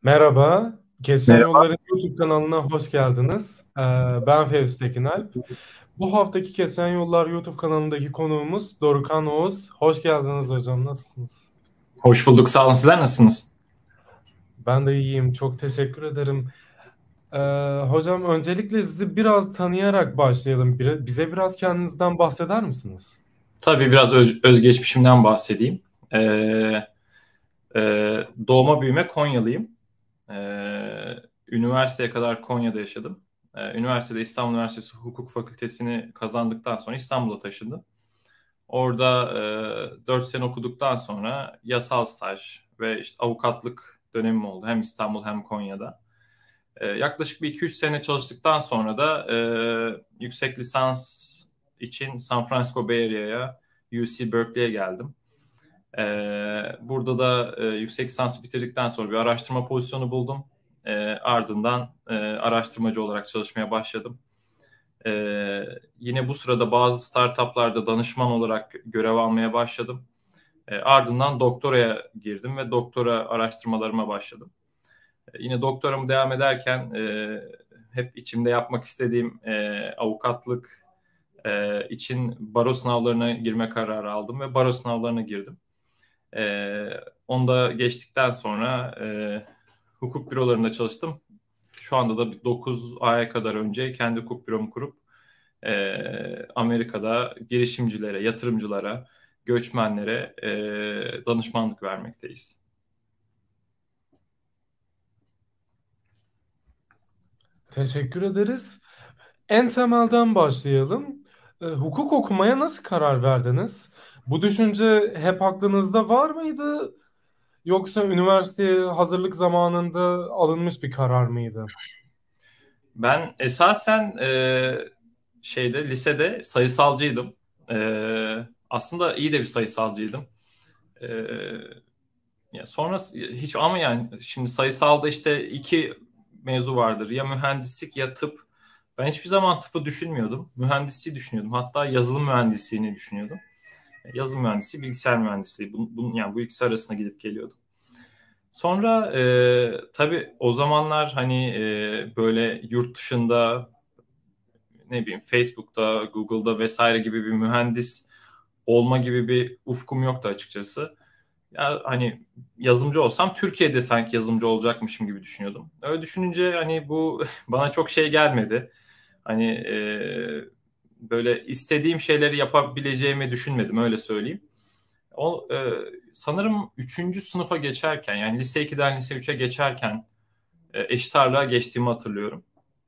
Merhaba, Kesyen Merhaba. Yolları YouTube kanalına hoş geldiniz. Ben Fevzi Tekinalp. Bu haftaki Kesyen Yollar YouTube kanalındaki konuğumuz Dorukhan Oğuz. Hoş geldiniz hocam, nasılsınız? Hoş bulduk. Sağ olun. Sizler nasılsınız? Ben de iyiyim, çok teşekkür ederim. Ee, Hocam öncelikle sizi biraz tanıyarak başlayalım. Bize biraz kendinizden bahseder misiniz? Tabii biraz özgeçmişimden bahsedeyim. Ee, Doğma büyüme Konyalıyım. Üniversiteye kadar Konya'da yaşadım. Üniversitede İstanbul Üniversitesi Hukuk Fakültesini kazandıktan sonra İstanbul'a taşındım. Orada 4 sene okuduktan sonra yasal staj ve işte avukatlık dönemim oldu. Hem İstanbul hem Konya'da. Yaklaşık bir 2-3 sene çalıştıktan sonra da yüksek lisans için San Francisco Bay Area'ya UC Berkeley'e geldim. Burada da yüksek lisans bitirdikten sonra bir araştırma pozisyonu buldum. Ardından araştırmacı olarak çalışmaya başladım. Yine bu sırada bazı startuplarda danışman olarak görev almaya başladım. Ardından doktoraya girdim ve doktora araştırmalarıma başladım. Yine doktoramı devam ederken hep içimde yapmak istediğim avukatlık için baro sınavlarına girme kararı aldım ve baro sınavlarına girdim. E, Onu da geçtikten sonra hukuk bürolarında çalıştım. Şu anda da 9 aya kadar önce kendi hukuk büromu kurup Amerika'da girişimcilere, yatırımcılara, göçmenlere danışmanlık vermekteyiz. Teşekkür ederiz. En temelden başlayalım. Hukuk okumaya nasıl karar verdiniz? Bu düşünce hep aklınızda var mıydı? Yoksa üniversiteye hazırlık zamanında alınmış bir karar mıydı? Ben esasen lisede sayısalcıydım. Aslında iyi de bir sayısalcıydım. E, Ya sonra hiç ama yani şimdi sayısalda işte iki mevzu vardır. Ya mühendislik ya tıp. Ben hiçbir zaman tıpı düşünmüyordum. Mühendisliği düşünüyordum. Hatta yazılım mühendisliğini düşünüyordum. Yazılım mühendisliği, bilgisayar mühendisliği. Yani bu ikisi arasında gidip geliyordum. Sonra tabii o zamanlar hani böyle yurt dışında ne bileyim Facebook'ta, Google'da vesaire gibi bir mühendis olma gibi bir ufkum yoktu açıkçası. Ya hani yazılımcı olsam Türkiye'de sanki yazılımcı olacakmışım gibi düşünüyordum. Öyle düşününce hani bu bana çok şey gelmedi. Hani böyle istediğim şeyleri yapabileceğimi düşünmedim öyle söyleyeyim. O sanırım üçüncü sınıfa geçerken yani lise 2'den lise 3'e geçerken eşit ağırlığa geçtiğimi hatırlıyorum.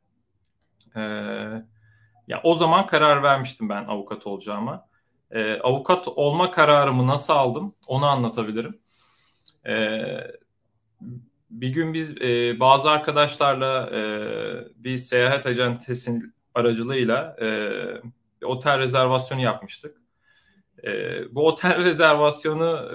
E, Ya o zaman karar vermiştim ben avukat olacağıma. Avukat olma kararımı nasıl aldım onu anlatabilirim. Ee, Bir gün biz bazı arkadaşlarla bir seyahat acentesi aracılığıyla bir otel rezervasyonu yapmıştık. Bu otel rezervasyonu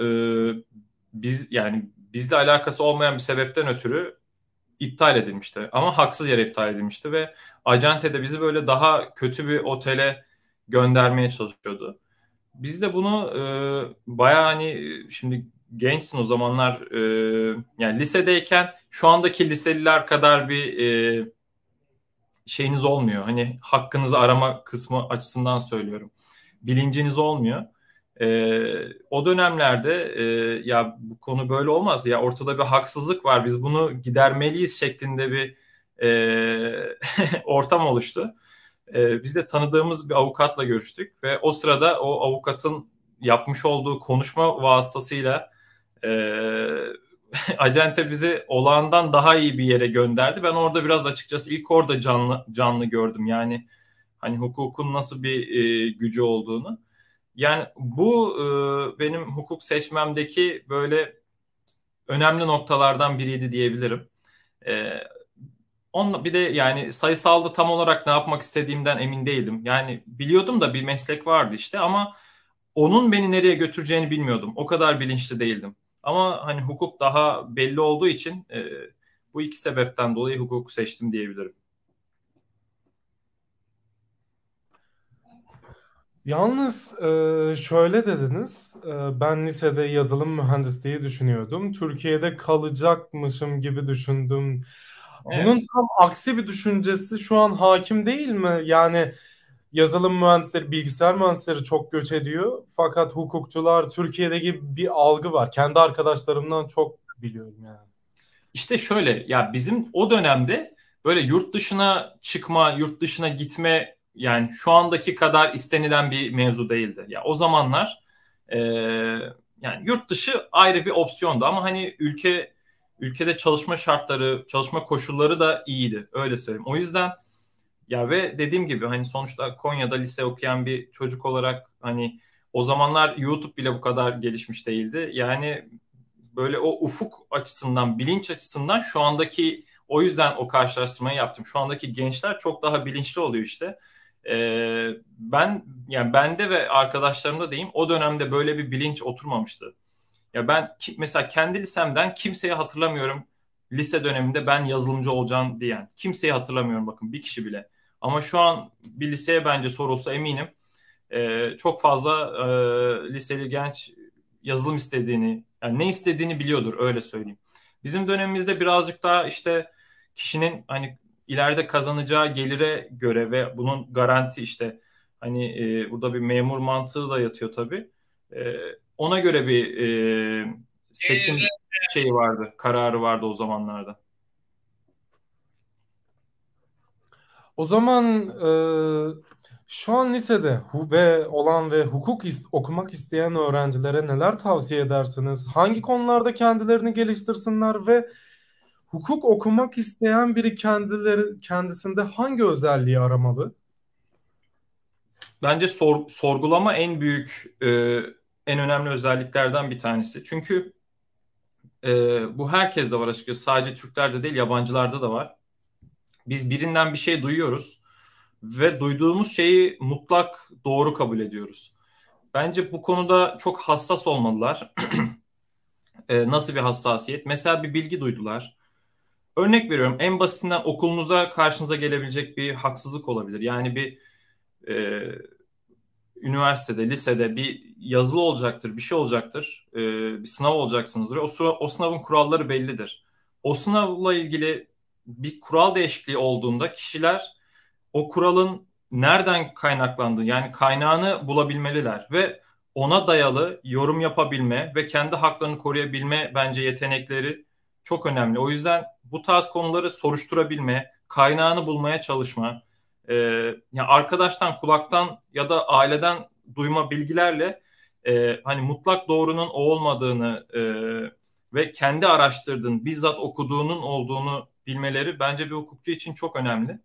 bizle alakası olmayan bir sebepten ötürü iptal edilmişti. Ama haksız yere iptal edilmişti ve acente de bizi böyle daha kötü bir otele göndermeye çalışıyordu. Biz de bunu bayağı hani şimdi gençsin o zamanlar yani lisedeyken şu andaki liseliler kadar bir şeyiniz olmuyor. Hani hakkınızı arama kısmı açısından söylüyorum. Bilinciniz olmuyor. O dönemlerde ya bu konu böyle olmaz ya ortada bir haksızlık var biz bunu gidermeliyiz şeklinde bir ortam oluştu. Biz de tanıdığımız bir avukatla görüştük ve o sırada o avukatın yapmış olduğu konuşma vasıtasıyla e, acente bizi olağandan daha iyi bir yere gönderdi. Ben orada biraz açıkçası ilk orada canlı canlı gördüm. Yani hani hukukun nasıl bir gücü olduğunu. Yani bu benim hukuk seçmemdeki böyle önemli noktalardan biriydi diyebilirim. E, bir de yani sayısalda tam olarak ne yapmak istediğimden emin değildim. Yani biliyordum da bir meslek vardı işte ama onun beni nereye götüreceğini bilmiyordum. O kadar bilinçli değildim. Ama hani hukuk daha belli olduğu için bu iki sebepten dolayı hukuku seçtim diyebilirim. Yalnız şöyle dediniz, ben lisede yazılım mühendisliği düşünüyordum. Türkiye'de kalacakmışım gibi düşündüm. Bunun Evet. tam aksi bir düşüncesi şu an hakim değil mi? Yani yazılım mühendisleri, bilgisayar mühendisleri çok göç ediyor. Fakat hukukçular Türkiye'de gibi bir algı var. Kendi arkadaşlarımdan çok biliyorum yani. İşte şöyle ya bizim o dönemde böyle yurt dışına çıkma, yurt dışına gitme yani şu andaki kadar istenilen bir mevzu değildi. Ya o zamanlar e, yani yurt dışı ayrı bir opsiyondu ama hani ülkede çalışma şartları, çalışma koşulları da iyiydi. Öyle söyleyeyim. O yüzden ya ve dediğim gibi hani sonuçta Konya'da lise okuyan bir çocuk olarak hani o zamanlar YouTube bile bu kadar gelişmiş değildi. Yani böyle o ufuk açısından, bilinç açısından şu andaki o yüzden o karşılaştırmayı yaptım. Şu andaki gençler çok daha bilinçli oluyor işte. Ben yani bende ve arkadaşlarımda diyeyim o dönemde böyle bir bilinç oturmamıştı. Ya ben mesela kendi lisemden kimseyi hatırlamıyorum. Lise döneminde ben yazılımcı olacağım diyen. Kimseyi hatırlamıyorum bakın bir kişi bile. Ama şu an bir liseye bence sorulsa eminim çok fazla liseli genç yazılım istediğini, yani ne istediğini biliyordur öyle söyleyeyim. Bizim dönemimizde birazcık daha işte kişinin hani ileride kazanacağı gelire göre ve bunun garanti işte hani burada bir memur mantığı da yatıyor tabii. E, Ona göre bir seçim şeyi vardı, kararı vardı o zamanlarda. O zaman şu an lisede olan ve hukuk okumak isteyen öğrencilere neler tavsiye edersiniz? Hangi konularda kendilerini geliştirsinler ve hukuk okumak isteyen biri kendisinde hangi özelliği aramalı? Bence sorgulama en büyük, en önemli özelliklerden bir tanesi. Çünkü bu herkeste var açıkçası. Sadece Türklerde değil, yabancılarda da var. Biz birinden bir şey duyuyoruz ve duyduğumuz şeyi mutlak doğru kabul ediyoruz. Bence bu konuda çok hassas olmalılar. Nasıl bir hassasiyet? Mesela bir bilgi duydular. Örnek veriyorum, en basitinden okulunuzda karşınıza gelebilecek bir haksızlık olabilir. Yani bir e, üniversitede, lisede bir yazılı olacaktır, bir şey olacaktır. Bir sınav olacaksınızdır. O sınavın kuralları bellidir. O sınavla ilgili bir kural değişikliği olduğunda kişiler o kuralın nereden kaynaklandığı yani kaynağını bulabilmeliler ve ona dayalı yorum yapabilme ve kendi haklarını koruyabilme bence yetenekleri çok önemli. O yüzden bu tarz konuları soruşturabilme, kaynağını bulmaya çalışma, e, yani arkadaştan, kulaktan ya da aileden duyma bilgilerle hani mutlak doğrunun o olmadığını ve kendi araştırdığın, bizzat okuduğunun olduğunu bilmeleri bence bir hukukçu için çok önemli.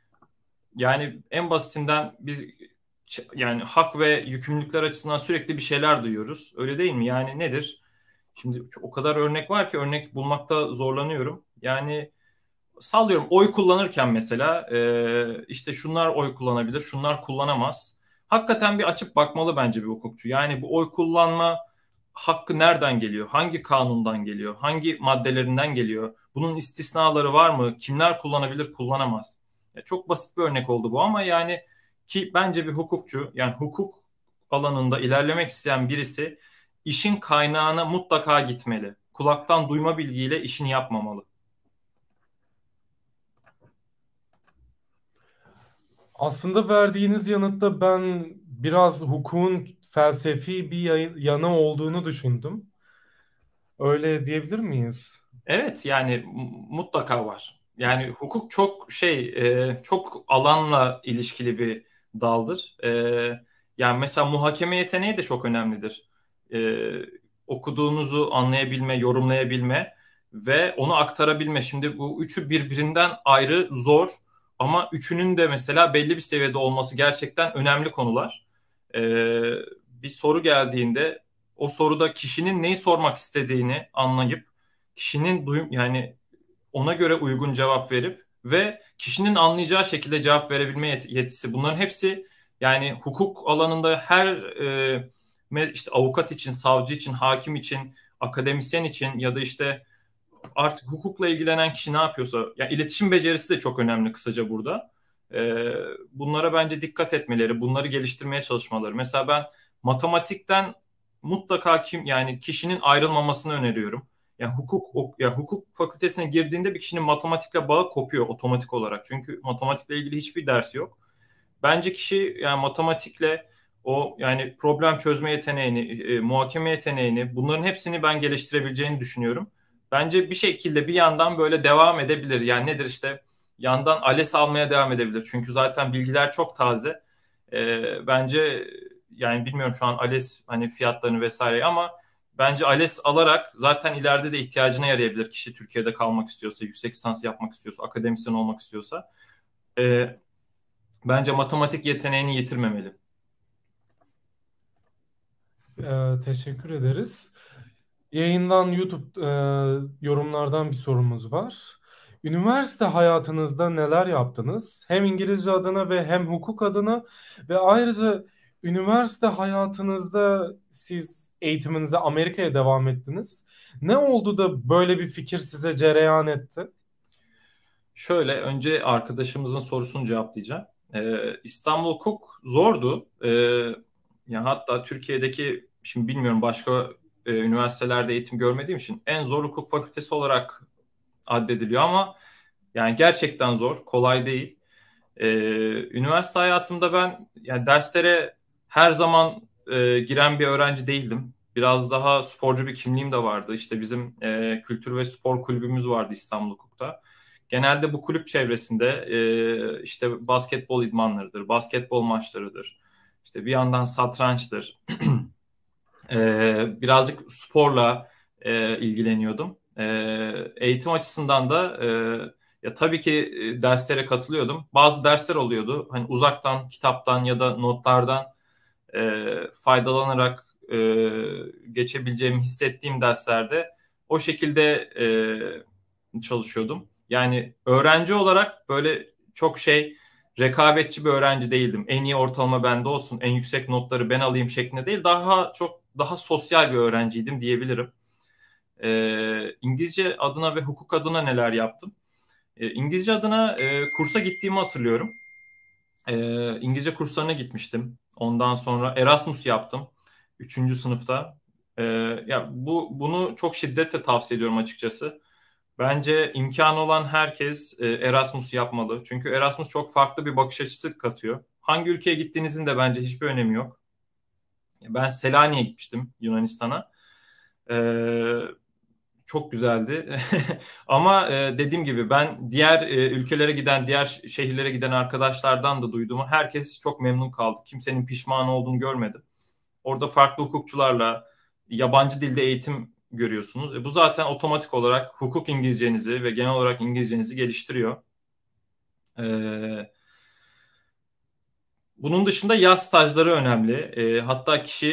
Yani en basitinden biz yani hak ve yükümlülükler açısından sürekli bir şeyler duyuyoruz. Öyle değil mi? Yani nedir? Şimdi o kadar örnek var ki örnek bulmakta zorlanıyorum. Yani sallıyorum oy kullanırken mesela işte şunlar oy kullanabilir, şunlar kullanamaz. Hakikaten bir açıp bakmalı bence bir hukukçu. Yani bu oy kullanma hakkı nereden geliyor? Hangi kanundan geliyor? Hangi maddelerinden geliyor? Bunun istisnaları var mı? Kimler kullanabilir, kullanamaz? Çok basit bir örnek oldu bu ama yani ki bence bir hukukçu yani hukuk alanında ilerlemek isteyen birisi işin kaynağına mutlaka gitmeli. Kulaktan duyma bilgiyle işini yapmamalı. Aslında verdiğiniz yanıtta ben biraz hukukun felsefi bir yanı olduğunu düşündüm. Öyle diyebilir miyiz? Evet yani mutlaka var. Yani hukuk çok çok alanla ilişkili bir daldır. Yani mesela muhakeme yeteneği de çok önemlidir. E, Okuduğunuzu anlayabilme, yorumlayabilme ve onu aktarabilme. Şimdi bu üçü birbirinden ayrı zor ama üçünün de mesela belli bir seviyede olması gerçekten önemli konular. E, Bir soru geldiğinde o soruda kişinin neyi sormak istediğini anlayıp kişinin yani ona göre uygun cevap verip ve kişinin anlayacağı şekilde cevap verebilme yetisi. Bunların hepsi yani hukuk alanında her işte avukat için, savcı için, hakim için, akademisyen için ya da işte artık hukukla ilgilenen kişi ne yapıyorsa ya iletişim becerisi de çok önemli kısaca burada. Bunlara bence dikkat etmeleri, bunları geliştirmeye çalışmaları. Mesela ben matematikten mutlaka yani kişinin ayrılmamasını öneriyorum. Yani hukuk fakültesine girdiğinde bir kişinin matematikle bağı kopuyor otomatik olarak. Çünkü matematikle ilgili hiçbir ders yok. Bence kişi yani matematikle o yani problem çözme yeteneğini, muhakeme yeteneğini bunların hepsini ben geliştirebileceğini düşünüyorum. Bence bir şekilde bir yandan böyle devam edebilir. Yani nedir işte yandan ALES almaya devam edebilir. Çünkü zaten bilgiler çok taze. Bence yani bilmiyorum şu an ALES hani fiyatlarını vesaire ama bence ALES alarak zaten ileride de ihtiyacına yarayabilir kişi Türkiye'de kalmak istiyorsa, yüksek lisans yapmak istiyorsa, akademisyen olmak istiyorsa. Ee, Bence matematik yeteneğini yitirmemeli. Teşekkür ederiz. Yayından YouTube yorumlardan bir sorumuz var. Üniversite hayatınızda neler yaptınız? Hem İngilizce adına ve hem hukuk adına ve ayrıca üniversite hayatınızda siz eğitiminize Amerika'ya devam ettiniz. Ne oldu da böyle bir fikir size cereyan etti? Şöyle önce arkadaşımızın sorusunu cevaplayacağım. İstanbul Hukuk zordu. Yani hatta Türkiye'deki şimdi bilmiyorum başka üniversitelerde eğitim görmediğim için en zor hukuk fakültesi olarak addediliyor ama yani gerçekten zor, kolay değil. Üniversite hayatımda ben yani derslere her zaman giren bir öğrenci değildim. Biraz daha sporcu bir kimliğim de vardı. İşte bizim kültür ve spor kulübümüz vardı İstanbul Hukuk'ta. Genelde bu kulüp çevresinde işte basketbol idmanlarıdır, basketbol maçlarıdır. İşte bir yandan satrançtır. Birazcık sporla ilgileniyordum. Eğitim açısından da ya tabii ki derslere katılıyordum. Bazı dersler oluyordu. Hani uzaktan, kitaptan ya da notlardan faydalanarak geçebileceğimi hissettiğim derslerde o şekilde çalışıyordum. Yani öğrenci olarak böyle çok rekabetçi bir öğrenci değildim. En iyi ortalama bende olsun, en yüksek notları ben alayım şeklinde değil. Daha sosyal bir öğrenciydim diyebilirim. İngilizce adına ve hukuk adına neler yaptım? İngilizce adına kursa gittiğimi hatırlıyorum. İngilizce kurslarına gitmiştim. Ondan sonra Erasmus yaptım. Üçüncü sınıfta. Ee, Ya bunu çok şiddetle tavsiye ediyorum açıkçası. Bence imkanı olan herkes Erasmus yapmalı. Çünkü Erasmus çok farklı bir bakış açısı katıyor. Hangi ülkeye gittiğinizin de bence hiçbir önemi yok. Ben Selanik'e gitmiştim Yunanistan'a. Ee, Çok güzeldi. Ama dediğim gibi ben diğer ülkelere giden, diğer şehirlere giden arkadaşlardan da duyduğumu herkes çok memnun kaldı. Kimsenin pişman olduğunu görmedim. Orada farklı hukukçularla yabancı dilde eğitim görüyorsunuz. Bu zaten otomatik olarak hukuk İngilizcenizi ve genel olarak İngilizcenizi geliştiriyor. E, Bunun dışında yaz stajları önemli. Hatta kişi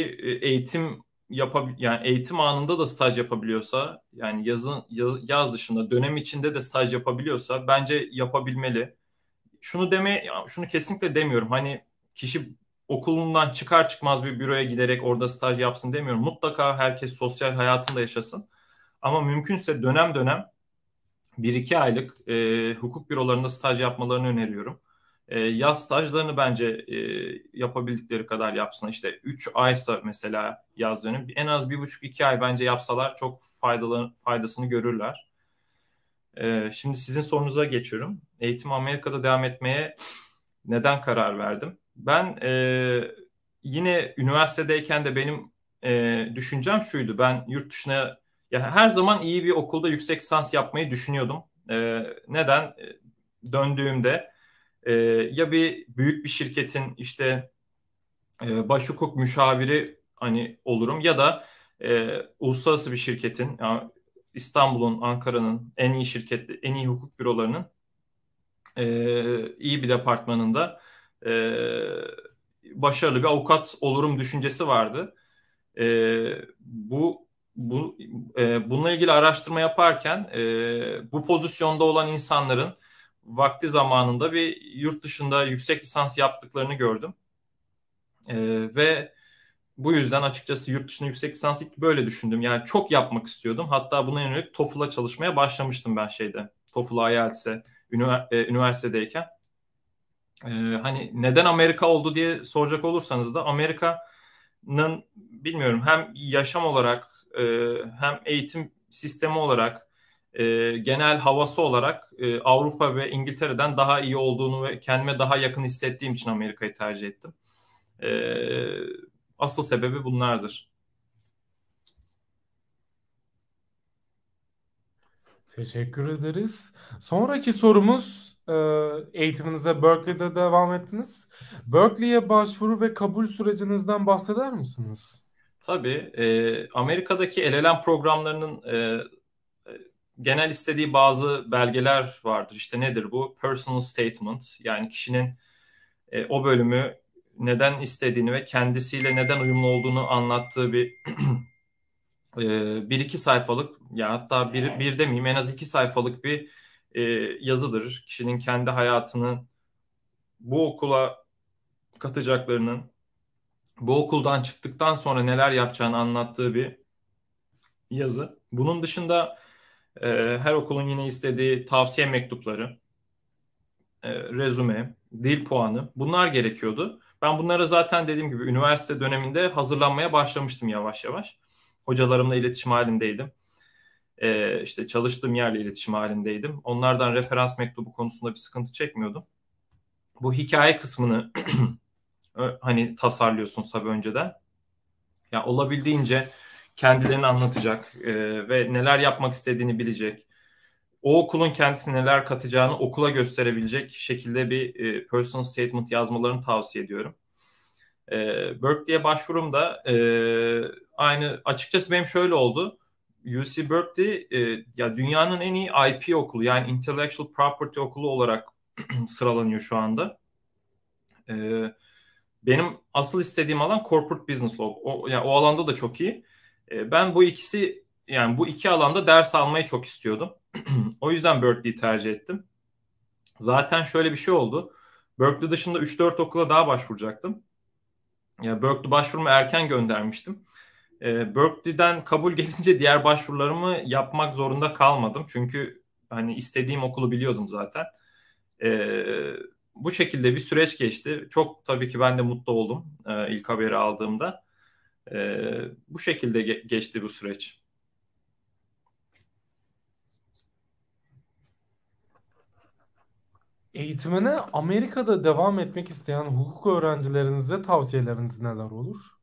yani eğitim anında da staj yapabiliyorsa, yani yaz dışında dönem içinde de staj yapabiliyorsa bence yapabilmeli. Şunu kesinlikle demiyorum. Hani kişi okulundan çıkar çıkmaz bir büroya giderek orada staj yapsın demiyorum. Mutlaka herkes sosyal hayatında yaşasın. Ama mümkünse dönem dönem bir iki aylık hukuk bürolarında staj yapmalarını öneriyorum. Yaz stajlarını bence yapabildikleri kadar yapsın. İşte 3 aysa mesela yaz dönemi en az 1,5-2 ay bence yapsalar çok faydasını görürler. Şimdi sizin sorunuza geçiyorum. Eğitim Amerika'da devam etmeye neden karar verdim? Ben yine üniversitedeyken de benim düşüncem şuydu. Ben yurt dışına ya her zaman iyi bir okulda yüksek lisans yapmayı düşünüyordum. Neden? Döndüğümde ya bir büyük bir şirketin işte baş hukuk müşaviri hani olurum ya da uluslararası bir şirketin yani İstanbul'un, Ankara'nın en iyi en iyi hukuk bürolarının iyi bir departmanında e, başarılı bir avukat olurum düşüncesi vardı. E, bu bu Bununla ilgili araştırma yaparken bu pozisyonda olan insanların vakti zamanında bir yurt dışında yüksek lisans yaptıklarını gördüm. Ve bu yüzden açıkçası yurt dışında yüksek lisans ilk böyle düşündüm. Yani çok yapmak istiyordum. Hatta buna yönelik TOEFL'a çalışmaya başlamıştım ben TOEFL IELTS'e üniversitedeyken. Ee, Hani neden Amerika oldu diye soracak olursanız da Amerika'nın bilmiyorum hem yaşam olarak hem eğitim sistemi olarak genel havası olarak Avrupa ve İngiltere'den daha iyi olduğunu ve kendime daha yakın hissettiğim için Amerika'yı tercih ettim. E, Asıl sebebi bunlardır. Teşekkür ederiz. Sonraki sorumuz, eğitiminize Berkeley'de devam ettiniz. Berkeley'e başvuru ve kabul sürecinizden bahseder misiniz? Tabii Amerika'daki LLM programlarının genel istediği bazı belgeler vardır. İşte nedir bu? Personal statement, yani kişinin o bölümü neden istediğini ve kendisiyle neden uyumlu olduğunu anlattığı bir iki sayfalık, ya hatta bir demeyeyim, en az iki sayfalık bir e, yazıdır. Kişinin kendi hayatını, bu okula katacaklarının, bu okuldan çıktıktan sonra neler yapacağını anlattığı bir yazı. Bunun dışında her okulun yine istediği tavsiye mektupları, rezüme, dil puanı, bunlar gerekiyordu. Ben bunlara zaten dediğim gibi üniversite döneminde hazırlanmaya başlamıştım yavaş yavaş. Hocalarımla iletişim halindeydim. İşte çalıştığım yerle iletişim halindeydim. Onlardan referans mektubu konusunda bir sıkıntı çekmiyordum. Bu hikaye kısmını hani tasarlıyorsunuz tabii önceden. Ya olabildiğince kendilerini anlatacak ve neler yapmak istediğini bilecek. O okulun kendisine neler katacağını okula gösterebilecek şekilde bir personal statement yazmalarını tavsiye ediyorum. Berkeley'e başvurum da aynı, açıkçası benim şöyle oldu. UC Berkeley ya dünyanın en iyi IP okulu, yani Intellectual Property okulu olarak sıralanıyor şu anda. E, Benim asıl istediğim alan Corporate Business Law. Yani o alanda da çok iyi. Ben bu iki alanda ders almayı çok istiyordum. O yüzden Berkeley'i tercih ettim. Zaten şöyle bir şey oldu. Berkeley dışında 3-4 okula daha başvuracaktım. Ya Berkeley başvurumu erken göndermiştim. Berkeley'den kabul gelince diğer başvurularımı yapmak zorunda kalmadım. Çünkü hani istediğim okulu biliyordum zaten. Ee, Bu şekilde bir süreç geçti. Çok tabii ki ben de mutlu oldum ilk haberi aldığımda. Bu şekilde geçti bu süreç. Eğitimine Amerika'da devam etmek isteyen hukuk öğrencilerinize tavsiyeleriniz neler olur?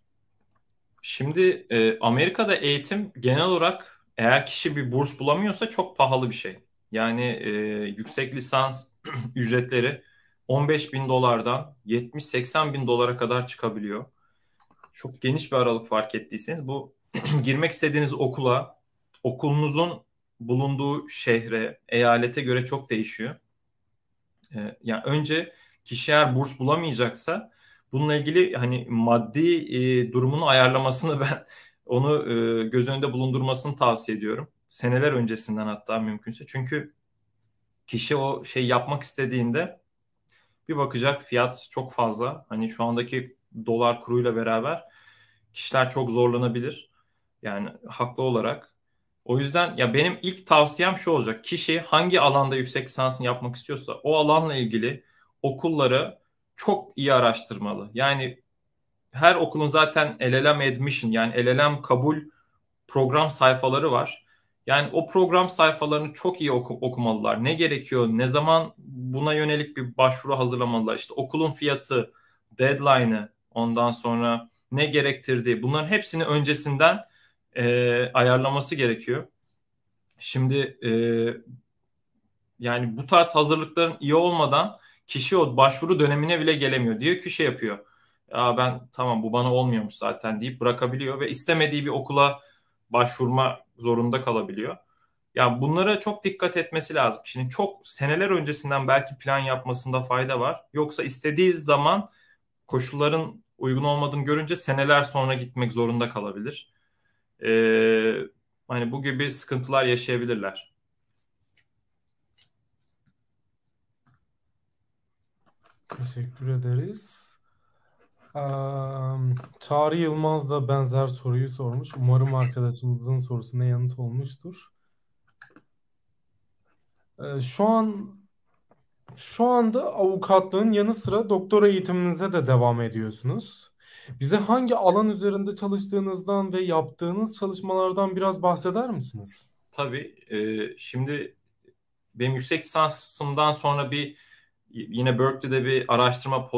Şimdi Amerika'da eğitim genel olarak, eğer kişi bir burs bulamıyorsa, çok pahalı bir şey. Yani yüksek lisans ücretleri 15 bin dolardan 70-80 bin dolara kadar çıkabiliyor. Çok geniş bir aralık, fark ettiyseniz. Bu girmek istediğiniz okula, okulunuzun bulunduğu şehre, eyalete göre çok değişiyor. Yani önce kişi eğer burs bulamayacaksa, bununla ilgili hani maddi durumunu ayarlamasını ben onu göz önünde bulundurmasını tavsiye ediyorum. Seneler öncesinden, hatta mümkünse. Çünkü kişi o şey yapmak istediğinde bir bakacak fiyat çok fazla. Hani şu andaki dolar kuruyla beraber kişiler çok zorlanabilir. Yani haklı olarak. O yüzden ya benim ilk tavsiyem şu olacak: kişi hangi alanda yüksek lisansını yapmak istiyorsa o alanla ilgili okulları çok iyi araştırmalı. Yani her okulun zaten LLM admission, yani LLM kabul program sayfaları var. Yani o program sayfalarını çok iyi okumalılar. Ne gerekiyor, ne zaman buna yönelik bir başvuru hazırlamalılar. İşte okulun fiyatı, deadline'ı, ondan sonra ne gerektirdiği, bunların hepsini öncesinden ayarlaması gerekiyor. Şimdi yani bu tarz hazırlıkların iyi olmadan kişi o başvuru dönemine bile gelemiyor. Diyor ki, şey yapıyor: ya ben tamam, bu bana olmuyormuş zaten deyip bırakabiliyor ve istemediği bir okula başvurma zorunda kalabiliyor. Ya bunlara çok dikkat etmesi lazım. Şimdi çok seneler öncesinden belki plan yapmasında fayda var. Yoksa istediği zaman koşulların uygun olmadığını görünce seneler sonra gitmek zorunda kalabilir. Ee, Hani bu gibi sıkıntılar yaşayabilirler. Teşekkür ederiz. Çağrı Yılmaz da benzer soruyu sormuş. Umarım arkadaşımızın sorusuna yanıt olmuştur. Şu an Şu anda avukatlığın yanı sıra doktora eğitiminize de devam ediyorsunuz. Bize hangi alan üzerinde çalıştığınızdan ve yaptığınız çalışmalardan biraz bahseder misiniz? Tabii. Şimdi benim yüksek lisansımdan sonra yine Berkeley'de bir araştırma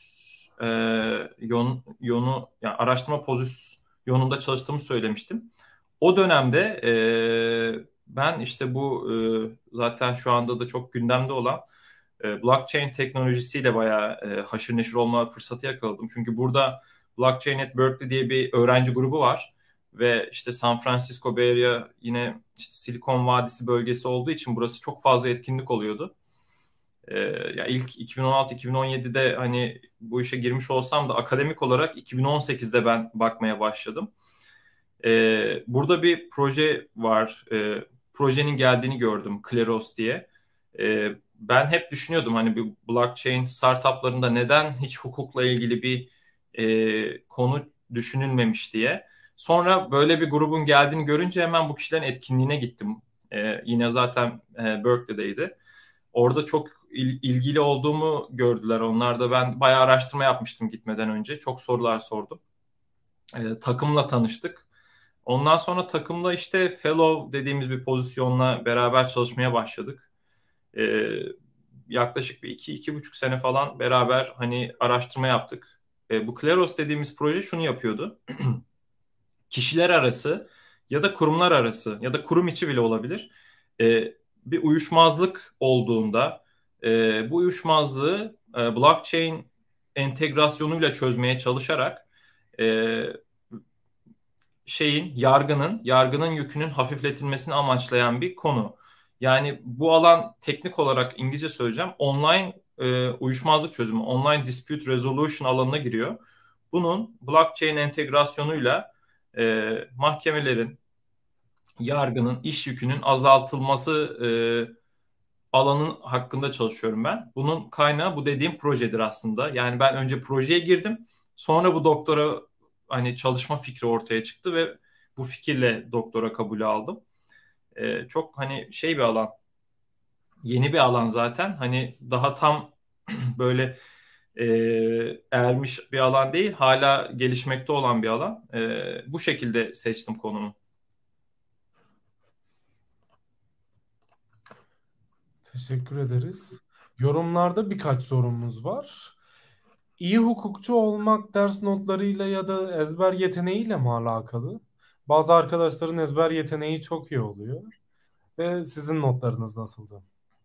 yani araştırma pozisyonunda çalıştığımı söylemiştim. O dönemde ben işte zaten şu anda da çok gündemde olan blockchain teknolojisiyle bayağı haşır neşir olma fırsatı yakaladım. Çünkü burada Blockchain at Berkeley diye bir öğrenci grubu var ve işte San Francisco Bay Area yine işte Silikon Vadisi bölgesi olduğu için burası çok fazla etkinlik oluyordu. Ya ilk 2016-2017'de hani bu işe girmiş olsam da akademik olarak 2018'de ben bakmaya başladım. Burada bir proje var. Projenin geldiğini gördüm, Kleros diye. Ben hep düşünüyordum hani bir blockchain startuplarında neden hiç hukukla ilgili bir konu düşünülmemiş diye. Sonra böyle bir grubun geldiğini görünce hemen bu kişilerin etkinliğine gittim. Yine zaten Berkeley'deydi. Orada çok ilgili olduğumu gördüler. Onlar da ben bayağı araştırma yapmıştım gitmeden önce. Çok sorular sordum. Takımla tanıştık. Ondan sonra takımla işte fellow dediğimiz bir pozisyonla beraber çalışmaya başladık. Ee, Yaklaşık bir iki buçuk sene falan beraber hani araştırma yaptık. Bu Kleros dediğimiz proje şunu yapıyordu. Kişiler arası ya da kurumlar arası ya da kurum içi bile olabilir. Bir uyuşmazlık olduğunda bu uyuşmazlığı blockchain entegrasyonuyla çözmeye çalışarak e, yargının yükünün hafifletilmesini amaçlayan bir konu. Yani bu alan teknik olarak İngilizce söyleyeceğim. Online uyuşmazlık çözümü, online dispute resolution alanına giriyor. Bunun blockchain entegrasyonuyla mahkemelerin, yargının iş yükünün azaltılması alanın hakkında çalışıyorum ben. Bunun kaynağı bu dediğim projedir aslında. Yani ben önce projeye girdim. Sonra bu doktora hani çalışma fikri ortaya çıktı ve bu fikirle doktora kabulü aldım. Çok hani şey bir alan, yeni bir alan zaten. Hani daha tam böyle ermiş bir alan değil, hala gelişmekte olan bir alan. Bu şekilde seçtim konumu. Teşekkür ederiz. Yorumlarda birkaç sorumuz var. İyi hukukçu olmak ders notlarıyla ya da ezber yeteneğiyle mi alakalı? Bazı arkadaşların ezber yeteneği çok iyi oluyor. Ve sizin notlarınız nasıldı?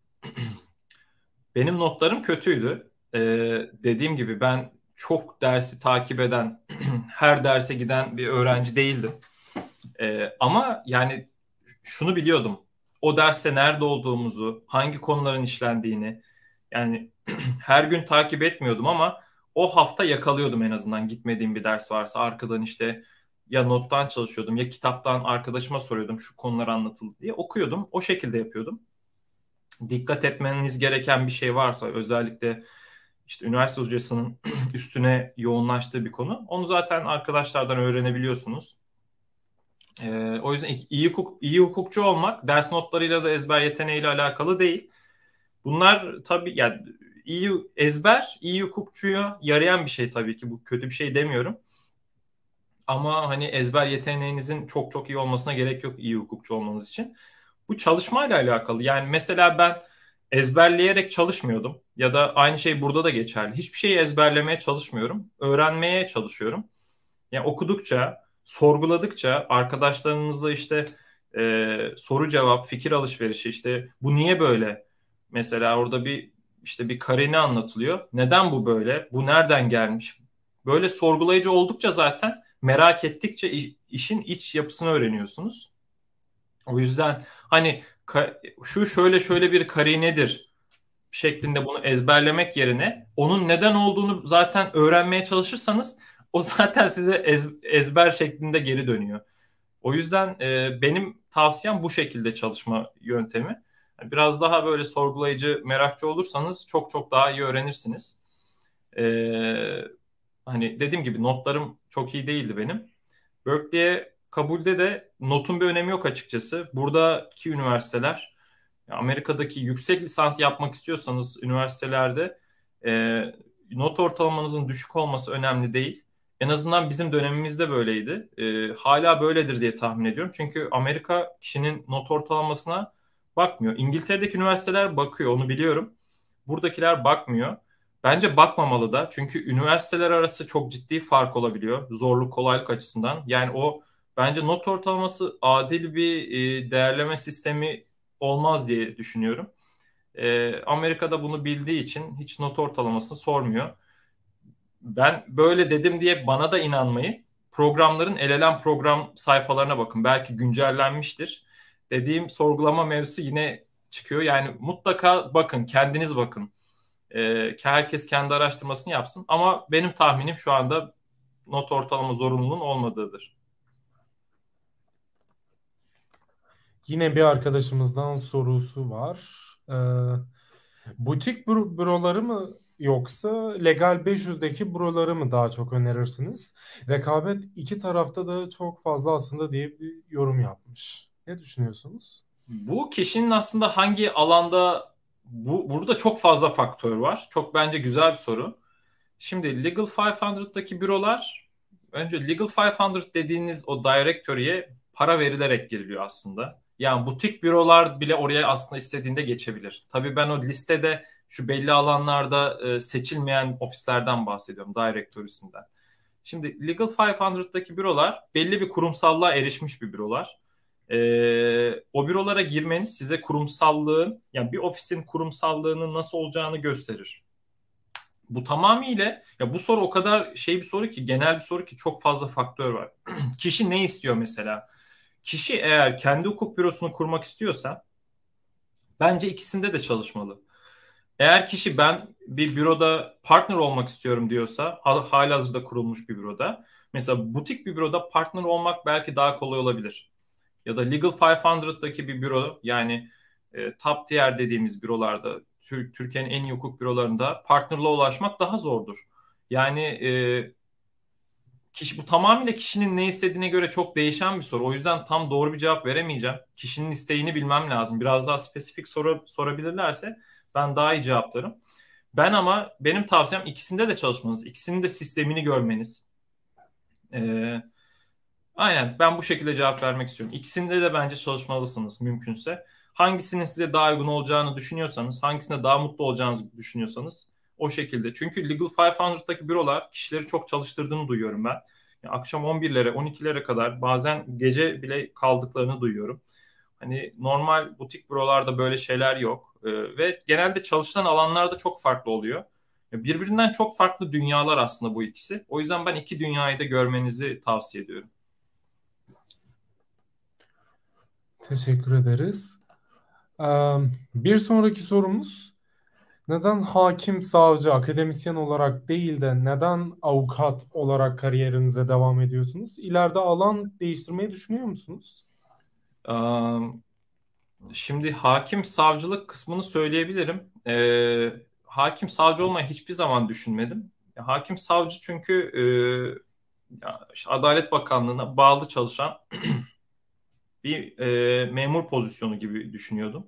Benim notlarım kötüydü. Dediğim gibi ben çok dersi takip eden, her derse giden bir öğrenci değildim. Ama yani şunu biliyordum. O derste nerede olduğumuzu, hangi konuların işlendiğini, yani her gün takip etmiyordum ama o hafta yakalıyordum en azından gitmediğim bir ders varsa. Arkadan işte ya nottan çalışıyordum ya kitaptan arkadaşıma soruyordum şu konular anlatıldı diye okuyordum. O şekilde yapıyordum. Dikkat etmeniz gereken bir şey varsa özellikle işte üniversite hocasının üstüne yoğunlaştığı bir konu. Onu zaten arkadaşlardan öğrenebiliyorsunuz. O yüzden iyi hukukçu olmak ders notlarıyla da ezber yeteneğiyle alakalı değil. Bunlar tabii yani iyi hukukçuya yarayan bir şey tabii ki. Bu kötü bir şey demiyorum. Ama hani ezber yeteneğinizin çok çok iyi olmasına gerek yok iyi hukukçu olmanız için. Bu çalışmayla alakalı. Yani mesela ben ezberleyerek çalışmıyordum. Ya da aynı şey burada da geçerli. Hiçbir şeyi ezberlemeye çalışmıyorum. Öğrenmeye çalışıyorum. Yani okudukça, sorguladıkça arkadaşlarınızla işte soru cevap, fikir alışverişi işte bu niye böyle? Mesela orada işte bir karine anlatılıyor. Neden bu böyle? Bu nereden gelmiş? Böyle sorgulayıcı oldukça zaten merak ettikçe işin iç yapısını öğreniyorsunuz. O yüzden hani şu şöyle şöyle bir karinedir şeklinde bunu ezberlemek yerine onun neden olduğunu zaten öğrenmeye çalışırsanız o zaten size ezber şeklinde geri dönüyor. O yüzden benim tavsiyem bu şekilde çalışma yöntemi. Yani biraz daha böyle sorgulayıcı, merakçı olursanız çok çok daha iyi öğrenirsiniz. E, Hani dediğim gibi notlarım çok iyi değildi benim. Berkeley'e kabulde de notun bir önemi yok açıkçası. Buradaki üniversiteler Amerika'daki yüksek lisans yapmak istiyorsanız üniversitelerde e, not ortalamanızın düşük olması önemli değil. En azından bizim dönemimizde böyleydi. Hala böyledir diye tahmin ediyorum. Çünkü Amerika kişinin not ortalamasına bakmıyor. İngiltere'deki üniversiteler bakıyor, onu biliyorum. Buradakiler bakmıyor. Bence bakmamalı da. Çünkü üniversiteler arası çok ciddi fark olabiliyor. Zorluk, kolaylık açısından. Yani o bence not ortalaması adil bir değerleme sistemi olmaz diye düşünüyorum. Amerika'da bunu bildiği için hiç not ortalamasını sormuyor. Ben böyle dedim diye bana da inanmayın. Programların elenen program sayfalarına bakın. Belki güncellenmiştir. Dediğim sorgulama mevzusu yine çıkıyor. Yani mutlaka bakın, kendiniz bakın. Herkes kendi araştırmasını yapsın. Ama benim tahminim şu anda not ortalama zorunluluğun olmadığıdır. Yine bir arkadaşımızdan sorusu var. Ee, butik büroları mı yoksa Legal 500'deki büroları mı daha çok önerirsiniz? Rekabet iki tarafta da çok fazla aslında diye bir yorum yapmış. Ne düşünüyorsunuz? Bu kişinin aslında hangi alanda, burada çok fazla faktör var. Çok bence güzel bir soru. Şimdi Legal 500'daki bürolar, önce Legal 500 dediğiniz o directory'ye para verilerek giriliyor aslında. Yani butik bürolar bile oraya aslında istediğinde geçebilir. Tabii ben o listede şu belli alanlarda seçilmeyen ofislerden bahsediyorum, directory'sinden. Şimdi Legal 500'daki bürolar belli bir kurumsallığa erişmiş bir bürolar. O bürolara girmeniz size kurumsallığın, yani bir ofisin kurumsallığının nasıl olacağını gösterir. Bu tamamıyla, ya bu soru o kadar şey bir soru ki, genel bir soru ki, çok fazla faktör var. Kişi ne istiyor mesela? Kişi eğer kendi hukuk bürosunu kurmak istiyorsa bence ikisinde de çalışmalı. Eğer kişi ben bir büroda partner olmak istiyorum diyorsa, halihazırda kurulmuş bir büroda, mesela butik bir büroda partner olmak belki daha kolay olabilir. Ya da Legal 500'daki bir büro, yani top tier dediğimiz bürolarda, Türkiye'nin en iyi hukuk bürolarında partnerlığa ulaşmak daha zordur. Yani bu tamamıyla kişinin ne istediğine göre çok değişen bir soru. O yüzden tam doğru bir cevap veremeyeceğim. Kişinin isteğini bilmem lazım. Biraz daha spesifik soru sorabilirlerse ben daha iyi cevaplarım. Ama benim tavsiyem ikisinde de çalışmanız, ikisinin de sistemini görmeniz. E, Aynen, ben bu şekilde cevap vermek istiyorum. İkisinde de bence çalışmalısınız mümkünse. Hangisinin size daha uygun olacağını düşünüyorsanız, hangisinde daha mutlu olacağınızı düşünüyorsanız o şekilde. Çünkü Legal 500'daki bürolar kişileri çok çalıştırdığını duyuyorum ben. Yani akşam 11'lere, 12'lere kadar, bazen gece bile kaldıklarını duyuyorum. Hani normal butik bürolarda böyle şeyler yok. Ve genelde çalışılan alanlar da çok farklı oluyor. Birbirinden çok farklı dünyalar aslında bu ikisi. O yüzden ben iki dünyayı da görmenizi tavsiye ediyorum. Teşekkür ederiz. Bir sonraki sorumuz, neden hakim, savcı, akademisyen olarak değil de neden avukat olarak kariyerinize devam ediyorsunuz? İleride alan değiştirmeyi düşünüyor musunuz? Am, Şimdi hakim savcılık kısmını söyleyebilirim. Hakim savcı olmayı hiçbir zaman düşünmedim. Hakim savcı çünkü işte Adalet Bakanlığı'na bağlı çalışan bir memur pozisyonu gibi düşünüyordum.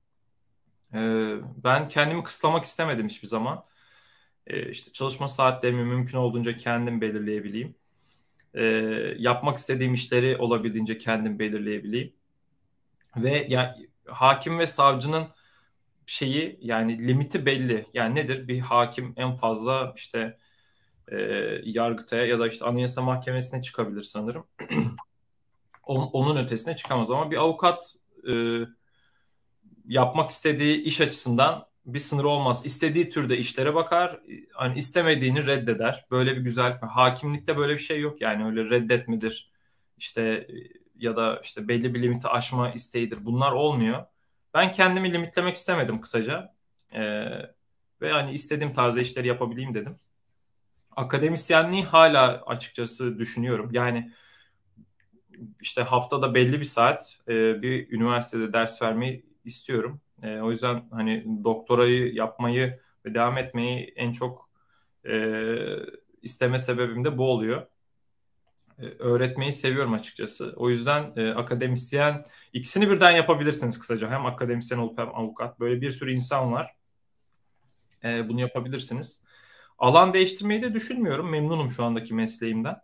Ben kendimi kısıtlamak istemedim hiçbir zaman. İşte çalışma saatlerimi mümkün olduğunca kendim belirleyebileyim. Ee, Yapmak istediğim işleri olabildiğince kendim belirleyebileyim. Ve yani hakim ve savcının şeyi, yani limiti belli. Yani nedir? Bir hakim en fazla işte e, Yargıtay'a ya da işte Anayasa Mahkemesi'ne çıkabilir sanırım. Onun ötesine çıkamaz, ama bir avukat e, yapmak istediği iş açısından bir sınır olmaz. İstediği türde işlere bakar, hani istemediğini reddeder. Böyle bir güzel, hakimlikte böyle bir şey yok, yani öyle reddetmedir işte, ya da işte belli bir limiti aşma isteğidir. Bunlar olmuyor. Ben kendimi limitlemek istemedim kısaca. Ve hani istediğim tarzda işleri yapabileyim dedim. Akademisyenliği hala açıkçası düşünüyorum. Yani işte haftada belli bir saat bir üniversitede ders vermeyi istiyorum. O yüzden hani doktorayı yapmayı ve devam etmeyi en çok isteme sebebim de bu oluyor. öğretmeyi seviyorum açıkçası. O yüzden akademisyen, ikisini birden yapabilirsiniz kısaca. Hem akademisyen olup hem avukat. Böyle bir sürü insan var. Bunu yapabilirsiniz. Alan değiştirmeyi de düşünmüyorum. Memnunum şu andaki mesleğimden.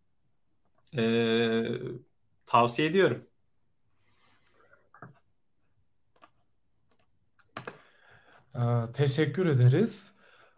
E, Tavsiye ediyorum. Teşekkür ederiz.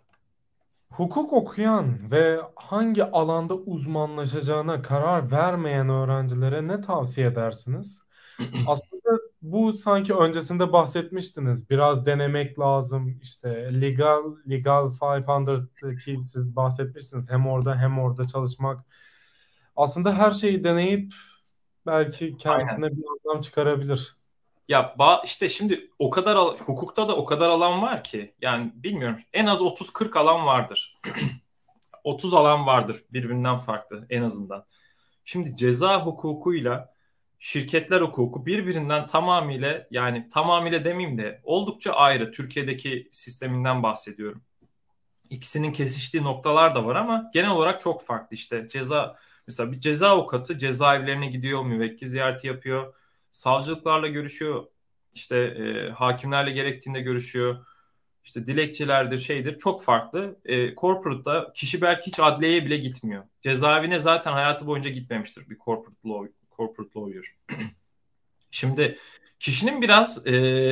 Hukuk okuyan ve hangi alanda uzmanlaşacağına karar vermeyen öğrencilere ne tavsiye edersiniz? Aslında bu sanki öncesinde bahsetmiştiniz. Biraz denemek lazım. İşte Legal 500'daki siz bahsetmişsiniz. Hem orada hem orada çalışmak. Aslında her şeyi deneyip belki Aynen. kendisine bir anlam çıkarabilir. Ya işte şimdi o kadar hukukta da o kadar alan var ki yani bilmiyorum en az 30-40 alan vardır. 30 alan vardır birbirinden farklı en azından. Şimdi ceza hukukuyla şirketler hukuku birbirinden tamamıyla yani tamamıyla demeyeyim de oldukça ayrı. Türkiye'deki sisteminden bahsediyorum. İkisinin kesiştiği noktalar da var ama genel olarak çok farklı işte. Mesela bir ceza avukatı cezaevlerine gidiyor, müvekkil ziyareti yapıyor, savcılıklarla görüşüyor, işte hakimlerle gerektiğinde görüşüyor. İşte dilekçelerdir, şeydir çok farklı. Corporate'da kişi belki hiç adliyeye bile gitmiyor. Cezaevine zaten hayatı boyunca gitmemiştir bir corporate lawyer. Şimdi kişinin biraz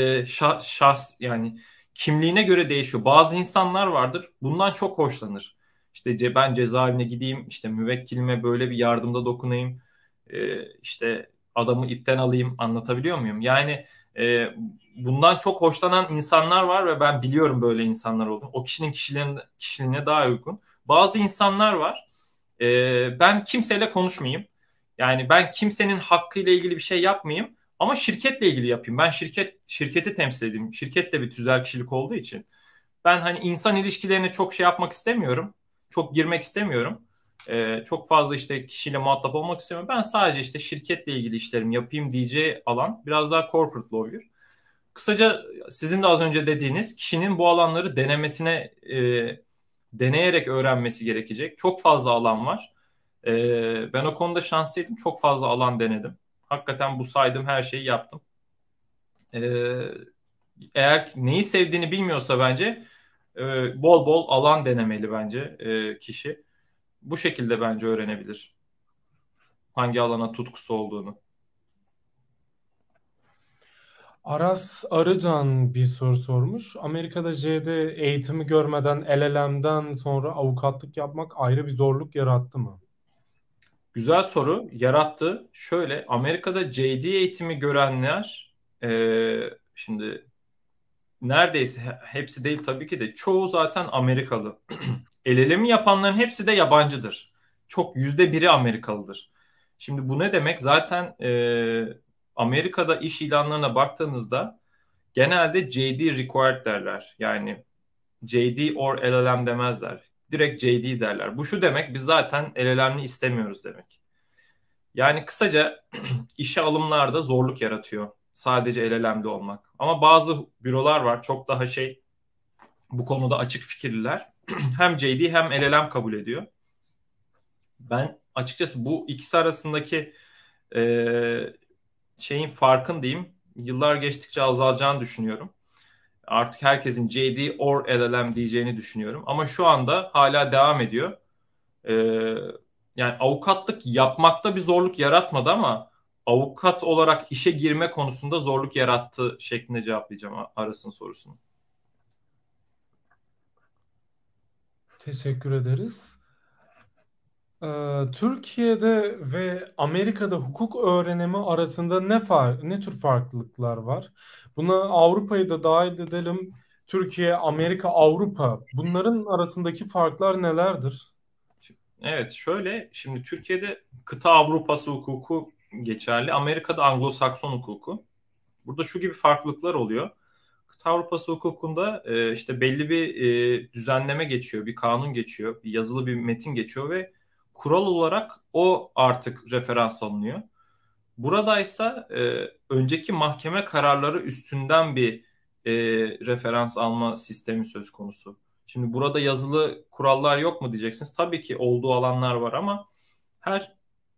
yani kimliğine göre değişiyor. Bazı insanlar vardır bundan çok hoşlanır. İşte ben cezaevine gideyim, işte müvekkilime böyle bir yardımda dokunayım, işte adamı ipten alayım, anlatabiliyor muyum? Yani e, bundan çok hoşlanan insanlar var ve ben biliyorum böyle insanlar olduğunu. O kişinin kişiliğine daha uygun. Bazı insanlar var. Ben kimseyle konuşmayayım. Yani ben kimsenin hakkıyla ilgili bir şey yapmayayım. Ama şirketle ilgili yapayım. Ben şirketi temsil edeyim. Şirket de bir tüzel kişilik olduğu için. Ben hani insan ilişkilerine çok şey yapmak istemiyorum. Çok girmek istemiyorum. Çok fazla işte kişiyle muhatap olmak istemiyorum. Ben sadece işte şirketle ilgili işlerimi yapayım diyeceği alan biraz daha corporate lawyer. Kısaca sizin de az önce dediğiniz kişinin bu alanları deneyerek öğrenmesi gerekecek. Çok fazla alan var. Ben o konuda şanslıydım. Çok fazla alan denedim. Hakikaten bu saydığım her şeyi yaptım. Ee, Eğer neyi sevdiğini bilmiyorsa bence bol bol alan denemeli bence kişi. Bu şekilde bence öğrenebilir hangi alana tutkusu olduğunu. Aras Arıcan bir soru sormuş. Amerika'da J'de eğitimi görmeden LLM'den sonra avukatlık yapmak ayrı bir zorluk yarattı mı? Güzel soru yarattı. Şöyle Amerika'da JD eğitimi görenler şimdi neredeyse hepsi değil tabii ki de çoğu zaten Amerikalı. El elemi yapanların hepsi de yabancıdır. Çok %1'i Amerikalıdır. Şimdi bu ne demek? Zaten Amerika'da iş ilanlarına baktığınızda genelde JD required derler. Yani JD or LLM demezler. Direkt JD derler. Bu şu demek biz zaten LLM'li istemiyoruz demek. Yani kısaca işe alımlarda zorluk yaratıyor. Sadece LLM'de olmak. Ama bazı bürolar var çok daha bu konuda açık fikirliler. Hem JD hem LLM kabul ediyor. Ben açıkçası bu ikisi arasındaki e, şeyin farkın diyeyim yıllar geçtikçe azalacağını düşünüyorum. Artık herkesin JD or LLM diyeceğini düşünüyorum. Ama şu anda hala devam ediyor. E, Yani avukatlık yapmakta bir zorluk yaratmadı ama avukat olarak işe girme konusunda zorluk yarattı şeklinde cevaplayacağım Aras'ın sorusunu. Teşekkür ederiz. Türkiye'de ve Amerika'da hukuk öğrenimi arasında ne tür farklılıklar var? Buna Avrupa'yı da dahil edelim. Türkiye, Amerika, Avrupa. Bunların arasındaki farklar nelerdir? Evet, şöyle şimdi Türkiye'de kıta Avrupası hukuku geçerli. Amerika'da Anglo-Sakson hukuku. Burada şu gibi farklılıklar oluyor. Kıta Avrupası hukukunda işte belli bir düzenleme geçiyor, bir kanun geçiyor, bir yazılı bir metin geçiyor ve kural olarak o artık referans alınıyor. Buradaysa önceki mahkeme kararları üstünden bir e, referans alma sistemi söz konusu. Şimdi burada yazılı kurallar yok mu diyeceksiniz. Tabii ki olduğu alanlar var ama her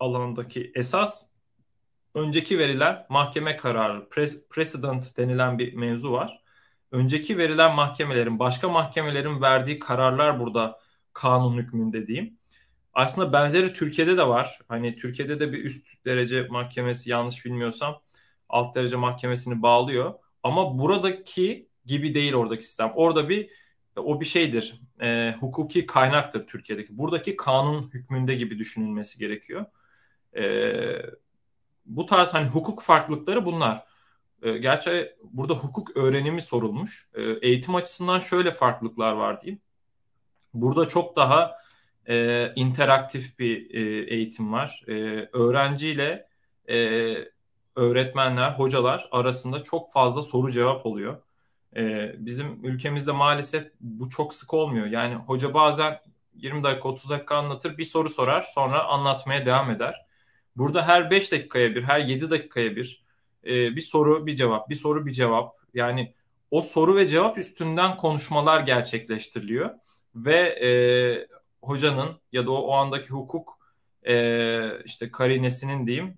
alandaki esas önceki verilen mahkeme kararı, precedent denilen bir mevzu var. Önceki verilen mahkemelerin, başka mahkemelerin verdiği kararlar burada kanun hükmünde diyeyim. Aslında benzeri Türkiye'de de var. Hani Türkiye'de de bir üst derece mahkemesi, yanlış bilmiyorsam alt derece mahkemesini bağlıyor. Ama buradaki gibi değil oradaki sistem. Orada o bir şeydir. Hukuki kaynaktır Türkiye'deki. Buradaki kanun hükmünde gibi düşünülmesi gerekiyor. E, Bu tarz hani hukuk farklılıkları bunlar. Gerçi burada hukuk öğrenimi sorulmuş. Eğitim açısından şöyle farklılıklar var diyeyim. Burada çok daha interaktif bir eğitim var. Öğrenciyle e, öğretmenler, hocalar arasında çok fazla soru cevap oluyor. Bizim ülkemizde maalesef bu çok sık olmuyor. Yani hoca bazen 20 dakika, 30 dakika anlatır, bir soru sorar, sonra anlatmaya devam eder. Burada her 5 dakikaya bir, her 7 dakikaya bir bir soru, bir cevap, bir soru, bir cevap. Yani o soru ve cevap üstünden konuşmalar gerçekleştiriliyor ve hocanın ya da o andaki hukuk işte karinesinin diyeyim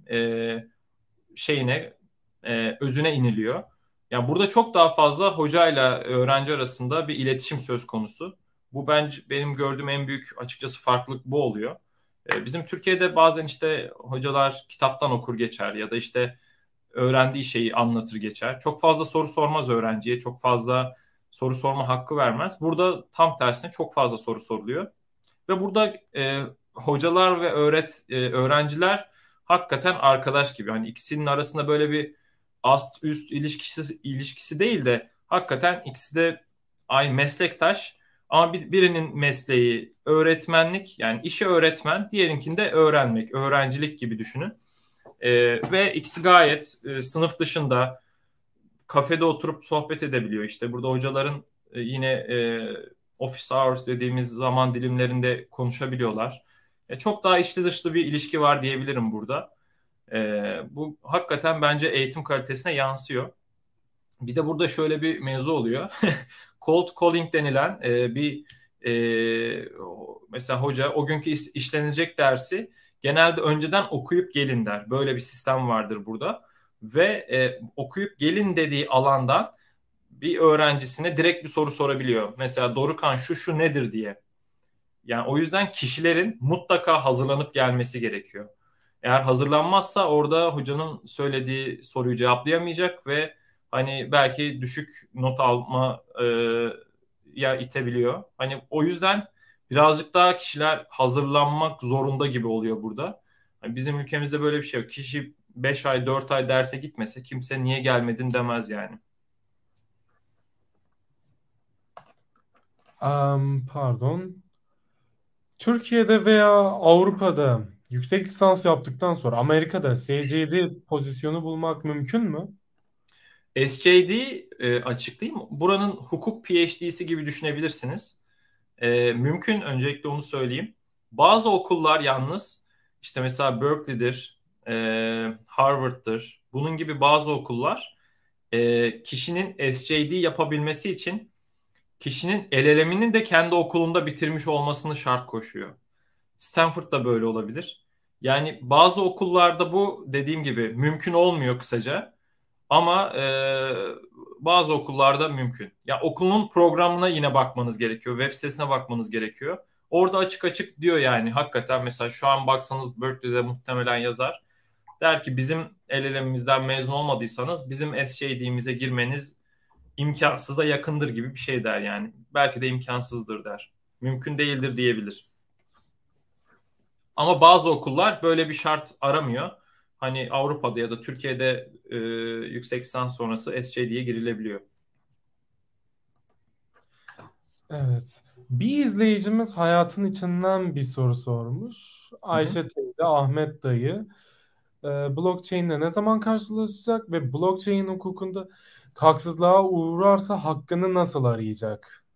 şeyine özüne iniliyor. Yani burada çok daha fazla hocayla öğrenci arasında bir iletişim söz konusu. Bu bence benim gördüğüm en büyük açıkçası farklılık bu oluyor. Bizim Türkiye'de bazen işte hocalar kitaptan okur geçer ya da işte öğrendiği şeyi anlatır geçer. Çok fazla soru sormaz öğrenciye, çok fazla soru sorma hakkı vermez. Burada tam tersine çok fazla soru soruluyor. Ve burada hocalar ve öğrenciler hakikaten arkadaş gibi. Hani ikisinin arasında böyle bir ast üst ilişkisi değil de hakikaten ikisi de aynı meslektaş ama birinin mesleği öğretmenlik yani işi öğretmen, diğerinkinde öğrenmek, öğrencilik gibi düşünün. Ve ikisi gayet sınıf dışında kafede oturup sohbet edebiliyor. İşte burada hocaların yine office hours dediğimiz zaman dilimlerinde konuşabiliyorlar. Çok daha içli dışlı bir ilişki var diyebilirim burada. Bu hakikaten bence eğitim kalitesine yansıyor. Bir de burada şöyle bir mevzu oluyor. Cold calling denilen mesela hoca o günkü işlenecek dersi genelde önceden okuyup gelin der. Böyle bir sistem vardır burada. Ve okuyup gelin dediği alandan bir öğrencisine direkt bir soru sorabiliyor. Mesela Dorukhan şu nedir diye. Yani o yüzden kişilerin mutlaka hazırlanıp gelmesi gerekiyor. Eğer hazırlanmazsa orada hocanın söylediği soruyu cevaplayamayacak ve hani belki düşük not alma ya itebiliyor. Hani o yüzden birazcık daha kişiler hazırlanmak zorunda gibi oluyor burada. Hani bizim ülkemizde böyle bir şey yok. Kişi 5 ay 4 ay derse gitmese kimse niye gelmedin demez yani. Pardon. Türkiye'de veya Avrupa'da yüksek lisans yaptıktan sonra Amerika'da SCD pozisyonu bulmak mümkün mü? SJD açıklayayım. Buranın hukuk PhD'si gibi düşünebilirsiniz. Mümkün, öncelikle onu söyleyeyim. Bazı okullar yalnız işte mesela Berkeley'dir, Harvard'dır. Bunun gibi bazı okullar kişinin SJD yapabilmesi için kişinin LLM'inin de kendi okulunda bitirmiş olmasını şart koşuyor. Stanford da böyle olabilir. Yani bazı okullarda bu dediğim gibi mümkün olmuyor kısaca. Ama bazı okullarda mümkün. Ya okulun programına yine bakmanız gerekiyor. Web sitesine bakmanız gerekiyor. Orada açık açık diyor yani hakikaten mesela şu an baksanız Berkeley'de muhtemelen yazar. Der ki bizim LLM'imizden mezun olmadıysanız bizim SJD'mize girmeniz imkansıza yakındır gibi bir şey der yani. Belki de imkansızdır der. Mümkün değildir diyebilir. Ama bazı okullar böyle bir şart aramıyor. Hani Avrupa'da ya da Türkiye'de yüksek lisans sonrası SC diye girilebiliyor. Evet. Bir izleyicimiz hayatın içinden bir soru sormuş. Hı hı. Ayşe teyze, Ahmet dayı. Blockchain'le ne zaman karşılaşacak ve blockchain hukukunda haksızlığa uğrarsa hakkını nasıl arayacak?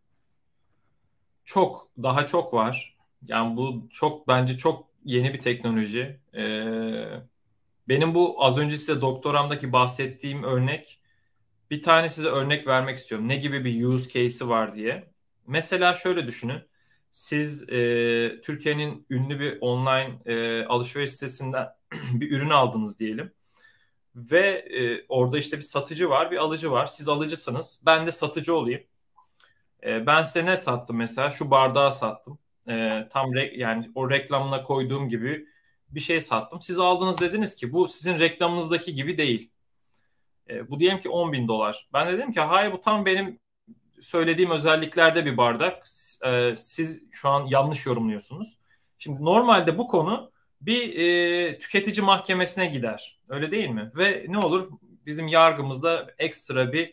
Daha çok var. Yani bu çok bence çok yeni bir teknoloji. Benim bu az önce size doktoramdaki bahsettiğim örnek bir tane size örnek vermek istiyorum. Ne gibi bir use case'i var diye. Mesela şöyle düşünün. Siz Türkiye'nin ünlü bir online alışveriş sitesinden bir ürün aldınız diyelim. Ve orada işte bir satıcı var, bir alıcı var. Siz alıcısınız, ben de satıcı olayım. Ben size ne sattım mesela? Şu bardağı sattım. Yani o reklamına koyduğum gibi bir şey sattım. Siz aldınız, dediniz ki bu sizin reklamınızdaki gibi değil. Bu diyelim ki 10 bin dolar. Ben de dedim ki hayır, bu tam benim söylediğim özelliklerde bir bardak. Siz şu an yanlış yorumluyorsunuz. Şimdi normalde bu konu bir tüketici mahkemesine gider. Öyle değil mi? Ve ne olur? Bizim yargımızda ekstra bir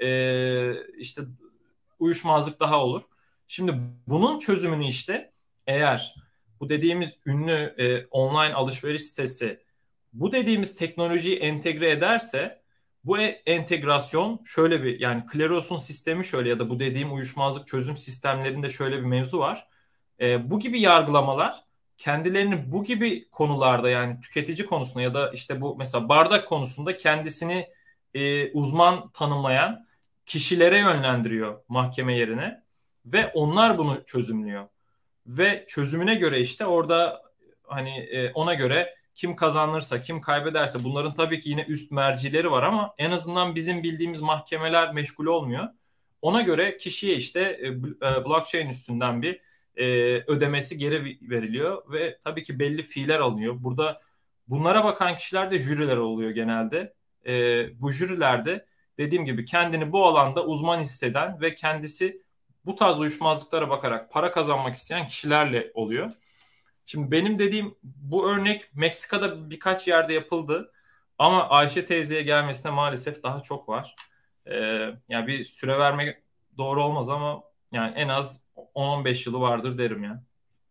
işte uyuşmazlık daha olur. Şimdi bunun çözümünü işte, eğer bu dediğimiz ünlü online alışveriş sitesi bu dediğimiz teknolojiyi entegre ederse, bu entegrasyon şöyle bir, yani Kleros'un sistemi şöyle ya da bu dediğim uyuşmazlık çözüm sistemlerinde şöyle bir mevzu var. Bu gibi yargılamalar kendilerini bu gibi konularda, yani tüketici konusunda ya da işte bu mesela bardak konusunda kendisini uzman tanımlayan kişilere yönlendiriyor mahkeme yerine ve onlar bunu çözümlüyor. Ve çözümüne göre işte orada hani ona göre kim kazanırsa, kim kaybederse, bunların tabii ki yine üst mercileri var ama en azından bizim bildiğimiz mahkemeler meşgul olmuyor. Ona göre kişiye işte blockchain üstünden bir e, ödemesi geri veriliyor ve tabii ki belli fiiller alınıyor. Burada bunlara bakan kişiler de jüriler oluyor genelde. Bu jürilerde dediğim gibi kendini bu alanda uzman hisseden ve kendisi bu tarz uyuşmazlıklara bakarak para kazanmak isteyen kişilerle oluyor. Şimdi benim dediğim bu örnek Meksika'da birkaç yerde yapıldı ama Ayşe teyzeye gelmesine maalesef daha çok var. Ee, Yani bir süre vermek doğru olmaz ama yani en az 10-15 yılı vardır derim ya.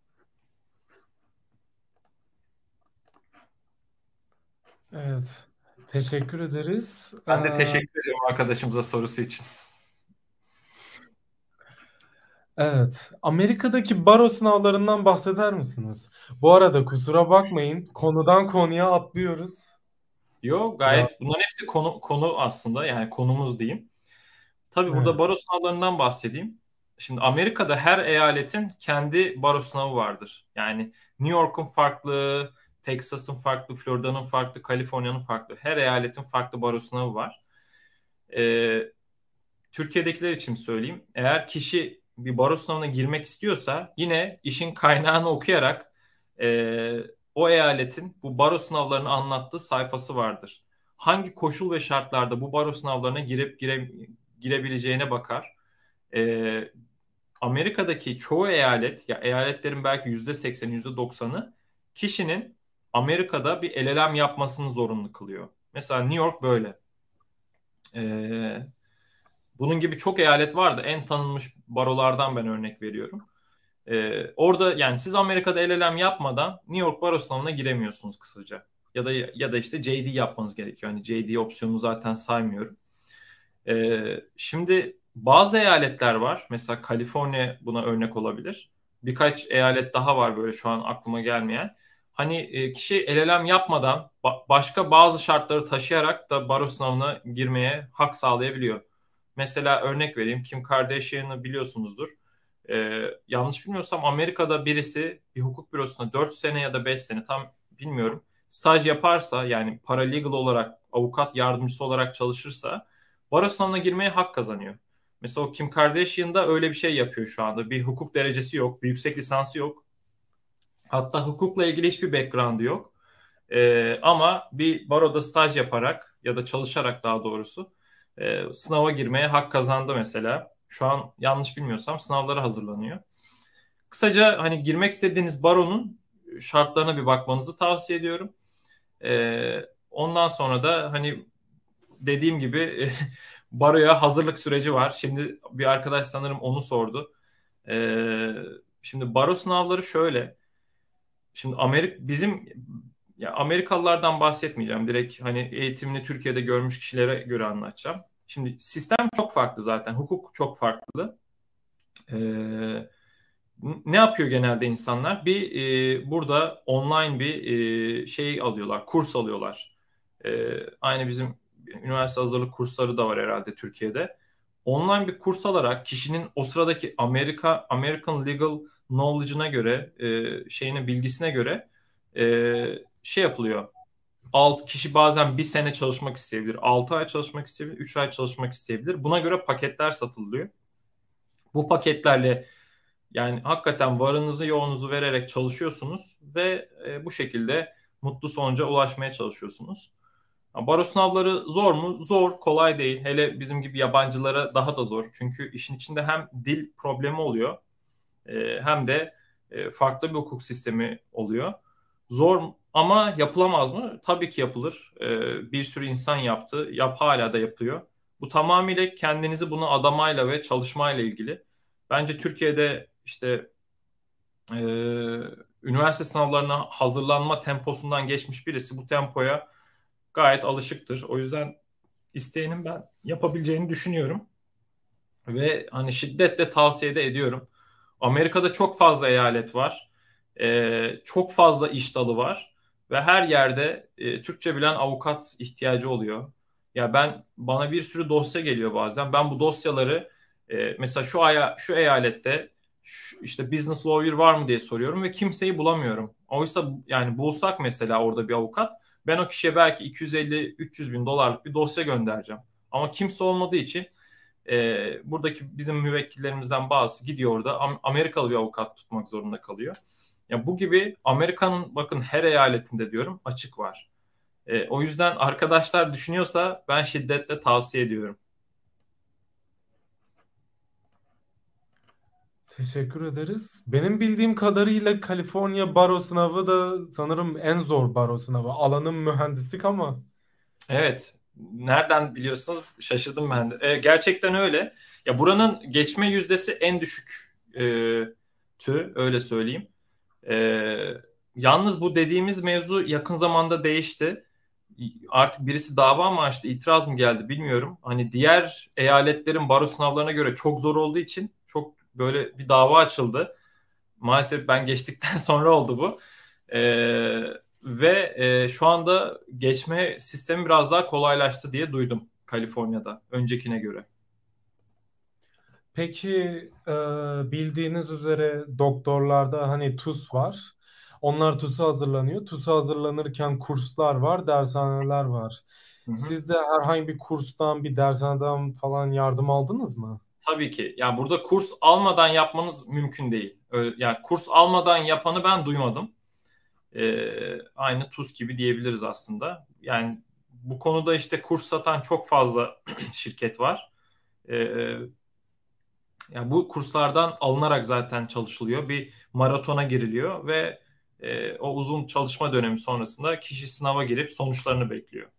Evet. Teşekkür ederiz. Ben de teşekkür ediyorum arkadaşımıza sorusu için. Evet. Amerika'daki baro sınavlarından bahseder misiniz? Bu arada kusura bakmayın. Konudan konuya atlıyoruz. Yo, Biraz. gayet bunların hepsi konu aslında, yani konumuz diyeyim. Tabii burada Evet. baro sınavlarından bahsedeyim. Şimdi Amerika'da her eyaletin kendi baro sınavı vardır. Yani New York'un farklı, Texas'ın farklı, Florida'nın farklı, Kaliforniya'nın farklı. Her eyaletin farklı baro sınavı var. Ee, Türkiye'dekiler için söyleyeyim. Eğer kişi bir baro sınavına girmek istiyorsa yine işin kaynağını okuyarak o eyaletin bu baro sınavlarını anlattığı sayfası vardır. Hangi koşul ve şartlarda bu baro sınavlarına girebileceğine bakar. E, Amerika'daki çoğu eyalet, ya eyaletlerin belki %80, %90'ı kişinin Amerika'da bir LLM yapmasını zorunlu kılıyor. Mesela New York böyle. E, Bunun gibi çok eyalet vardı. En tanınmış barolardan ben örnek veriyorum. Orada yani siz Amerika'da LLM yapmadan New York baro sınavına giremiyorsunuz kısaca. Ya da işte JD yapmanız gerekiyor. Hani JD opsiyonunu zaten saymıyorum. Şimdi bazı eyaletler var. Mesela Kaliforniya buna örnek olabilir. Birkaç eyalet daha var böyle şu an aklıma gelmeyen. Hani kişi LLM yapmadan başka bazı şartları taşıyarak da baro sınavına girmeye hak sağlayabiliyor. Mesela örnek vereyim. Kim Kardashian'ı biliyorsunuzdur. Yanlış bilmiyorsam Amerika'da birisi bir hukuk bürosunda 4 sene ya da 5 sene tam bilmiyorum. Staj yaparsa, yani paralegal olarak, avukat yardımcısı olarak çalışırsa baro sınavına girmeye hak kazanıyor. Mesela o Kim Kardashian da öyle bir şey yapıyor şu anda. Bir hukuk derecesi yok, bir yüksek lisansı yok. Hatta hukukla ilgili hiçbir background'u yok. Ama bir baroda staj yaparak ya da çalışarak daha doğrusu sınava girmeye hak kazandı mesela. Şu an yanlış bilmiyorsam sınavlara hazırlanıyor. Kısaca hani girmek istediğiniz baronun şartlarına bir bakmanızı tavsiye ediyorum. Ondan sonra da hani dediğim gibi baroya hazırlık süreci var. Şimdi bir arkadaş sanırım onu sordu. Ee, Şimdi baro sınavları şöyle. Şimdi ya Amerikalılardan bahsetmeyeceğim. Direkt hani eğitimini Türkiye'de görmüş kişilere göre anlatacağım. Şimdi sistem çok farklı zaten. Hukuk çok farklı. Ee, Ne yapıyor genelde insanlar? Burada online bir şey alıyorlar, kurs alıyorlar. Aynı bizim üniversite hazırlık kursları da var herhalde Türkiye'de. online bir kurs alarak kişinin o sıradaki American Legal Knowledge'ına göre, şeyine bilgisine göre şey yapılıyor. 6 kişi bazen bir sene çalışmak isteyebilir, 6 ay çalışmak isteyebilir, 3 ay çalışmak isteyebilir. Buna göre paketler satılıyor. Bu paketlerle yani hakikaten varınızı yoğunuzu vererek çalışıyorsunuz ve bu şekilde mutlu sonuca ulaşmaya çalışıyorsunuz. Baro sınavları zor mu? Zor, kolay değil. Hele bizim gibi yabancılara daha da zor. Çünkü işin içinde hem dil problemi oluyor, hem de farklı bir hukuk sistemi oluyor. Zor ama yapılamaz mı? Tabii ki yapılır. Bir sürü insan yaptı, hala da yapıyor. Bu tamamıyla kendinizi buna adamayla ve çalışmayla ilgili. Bence Türkiye'de işte e, üniversite sınavlarına hazırlanma temposundan geçmiş birisi bu tempoya gayet alışıktır. O yüzden isteyenin ben yapabileceğini düşünüyorum. Ve hani şiddetle tavsiye de ediyorum. Amerika'da çok fazla eyalet var. Çok fazla iş dalı var. Ve her yerde Türkçe bilen avukat ihtiyacı oluyor. Ya bana bir sürü dosya geliyor bazen. Ben bu dosyaları mesela şu eyalette işte business lawyer var mı diye soruyorum ve kimseyi bulamıyorum. Oysa yani bulsak mesela orada bir avukat, ben o kişiye belki 250-300 bin dolarlık bir dosya göndereceğim. Ama kimse olmadığı için buradaki bizim müvekkillerimizden bazısı gidiyor orada Amerikalı bir avukat tutmak zorunda kalıyor. Ya bu gibi Amerika'nın bakın her eyaletinde diyorum açık var. O yüzden arkadaşlar düşünüyorsa ben şiddetle tavsiye ediyorum. Teşekkür ederiz. Benim bildiğim kadarıyla Kaliforniya baro sınavı da sanırım en zor baro sınavı. Alanım mühendislik ama Evet. Nereden biliyorsunuz? Şaşırdım ben de. Gerçekten öyle. Ya buranın geçme yüzdesi en düşük öyle söyleyeyim. Ee, Yalnız bu dediğimiz mevzu yakın zamanda değişti. Artık birisi dava mı açtı, itiraz mı geldi bilmiyorum. Hani diğer eyaletlerin baro sınavlarına göre çok zor olduğu için çok böyle bir dava açıldı. Maalesef ben geçtikten sonra oldu bu. Ee, Ve şu anda geçme sistemi biraz daha kolaylaştı diye duydum Kaliforniya'da öncekine göre. peki bildiğiniz üzere doktorlarda hani TUS var. Onlar TUS'a hazırlanıyor. TUS'a hazırlanırken kurslar var, dershaneler var. Hı hı. Siz de herhangi bir kurstan, bir dershaneden falan yardım aldınız mı? Tabii ki. Ya burada kurs almadan yapmanız mümkün değil. Yani kurs almadan yapanı ben duymadım. Aynı TUS gibi diyebiliriz aslında. Yani bu konuda işte kurs satan çok fazla şirket var. Ee, Yani bu kurslardan alınarak zaten çalışılıyor. Bir maratona giriliyor ve o uzun çalışma dönemi sonrasında kişi sınava girip sonuçlarını bekliyor.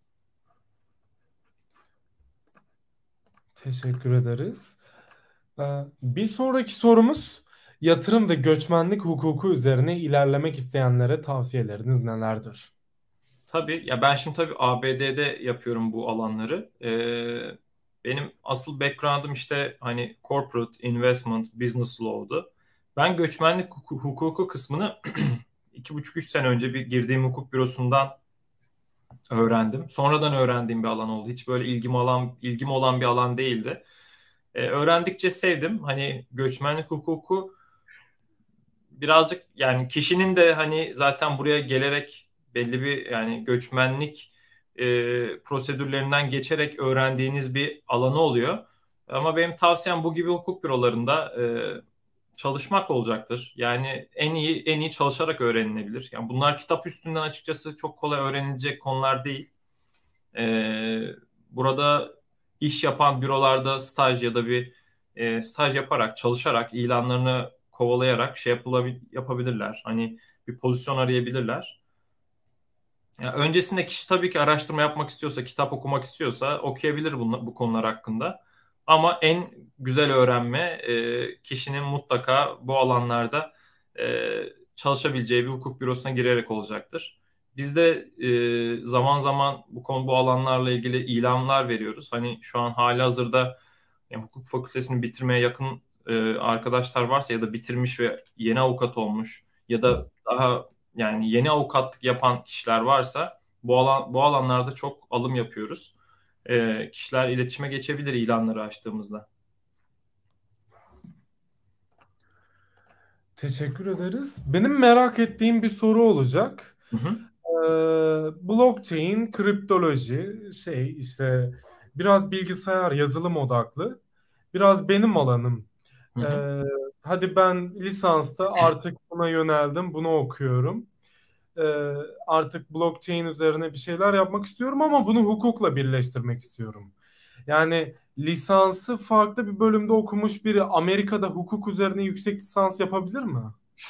Teşekkür ederiz. Bir sonraki sorumuz yatırım ve göçmenlik hukuku üzerine ilerlemek isteyenlere tavsiyeleriniz nelerdir? Tabii ya ben şimdi tabii ABD'de yapıyorum bu alanları. Benim asıl background'ım işte hani corporate investment business law'du. Ben göçmenlik hukuku kısmını 2,5-3 sene önce bir girdiğim hukuk bürosundan öğrendim. Sonradan öğrendiğim bir alan oldu. Hiç böyle ilgim olan bir alan değildi. Öğrendikçe sevdim. Hani göçmenlik hukuku birazcık yani kişinin de hani zaten buraya gelerek belli bir yani göçmenlik prosedürlerinden geçerek öğrendiğiniz bir alanı oluyor. Ama benim tavsiyem bu gibi hukuk bürolarında çalışmak olacaktır. Yani en iyi çalışarak öğrenilebilir. Yani bunlar kitap üstünden açıkçası çok kolay öğrenilecek konular değil. Burada iş yapan bürolarda staj ya da bir staj yaparak, çalışarak, ilanlarını kovalayarak yapabilirler. Hani bir pozisyon arayabilirler. Ya öncesinde kişi tabii ki araştırma yapmak istiyorsa, kitap okumak istiyorsa okuyabilir bu konular hakkında. Ama en güzel öğrenme kişinin mutlaka bu alanlarda çalışabileceği bir hukuk bürosuna girerek olacaktır. Biz de zaman zaman bu alanlarla ilgili ilanlar veriyoruz. Hani şu an halihazırda hukuk fakültesini bitirmeye yakın arkadaşlar varsa ya da bitirmiş ve yeni avukat olmuş ya da daha yani yeni avukatlık yapan kişiler varsa bu alanlarda çok alım yapıyoruz. Kişiler iletişime geçebilir ilanları açtığımızda. Teşekkür ederiz. Benim merak ettiğim bir soru olacak. Hı hı. Blockchain, kriptoloji, işte biraz bilgisayar, yazılım odaklı. Biraz benim alanım. Hı hı. Ee, hadi ben lisansta artık buna yöneldim, bunu okuyorum. Ee, artık blockchain üzerine bir şeyler yapmak istiyorum ama bunu hukukla birleştirmek istiyorum. Yani lisansı farklı bir bölümde okumuş biri Amerika'da hukuk üzerine yüksek lisans yapabilir mi?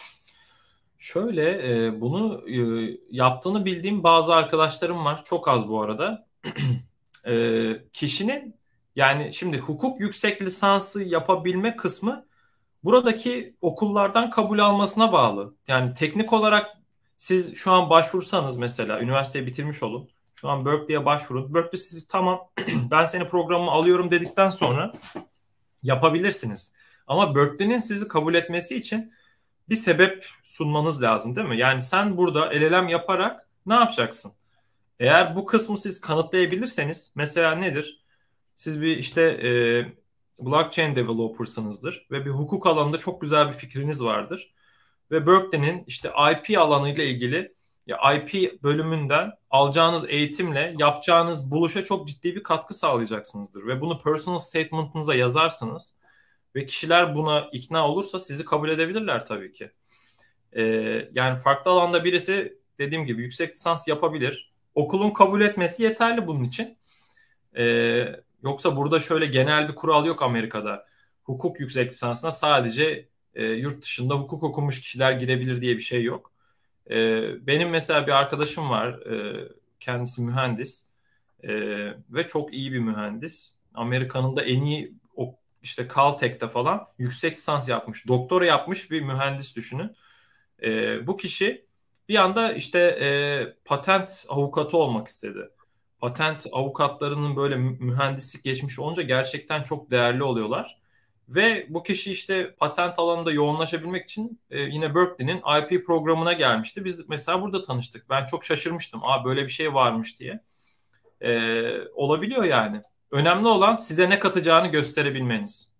Şöyle bunu yaptığını bildiğim bazı arkadaşlarım var. Çok az bu arada. Kişinin yani şimdi hukuk yüksek lisansı yapabilme kısmı buradaki okullardan kabul almasına bağlı. Yani teknik olarak siz şu an başvursanız mesela üniversiteyi bitirmiş olun. Şu an Berkeley'ye başvurun. Berkeley sizi tamam ben seni programıma alıyorum dedikten sonra yapabilirsiniz. Ama Berkeley'nin sizi kabul etmesi için bir sebep sunmanız lazım değil mi? Yani sen burada LLM yaparak ne yapacaksın? Eğer bu kısmı siz kanıtlayabilirseniz mesela nedir? Siz bir işte blockchain developer'sınızdır ve bir hukuk alanında çok güzel bir fikriniz vardır. Ve Berkeley'nin işte IP alanıyla ilgili ya IP bölümünden alacağınız eğitimle yapacağınız buluşa çok ciddi bir katkı sağlayacaksınızdır. Ve bunu personal statement'ınıza yazarsınız ve kişiler buna ikna olursa sizi kabul edebilirler tabii ki. Yani farklı alanda birisi dediğim gibi yüksek lisans yapabilir. Okulun kabul etmesi yeterli bunun için. Yoksa burada şöyle genel bir kural yok Amerika'da. Hukuk yüksek lisansına sadece yurt dışında hukuk okumuş kişiler girebilir diye bir şey yok. Benim mesela bir arkadaşım var. Kendisi mühendis ve çok iyi bir mühendis. Amerika'nın da en iyi işte Caltech'te falan yüksek lisans yapmış, doktora yapmış bir mühendis düşünün. Bu kişi bir anda işte patent avukatı olmak istedi. Patent avukatlarının böyle mühendislik geçmişi olunca gerçekten çok değerli oluyorlar. Ve bu kişi işte patent alanında yoğunlaşabilmek için yine Berkeley'nin IP programına gelmişti. Biz mesela burada tanıştık. Ben çok şaşırmıştım. Aa böyle bir şey varmış diye. Olabiliyor yani. Önemli olan size ne katacağını gösterebilmeniz.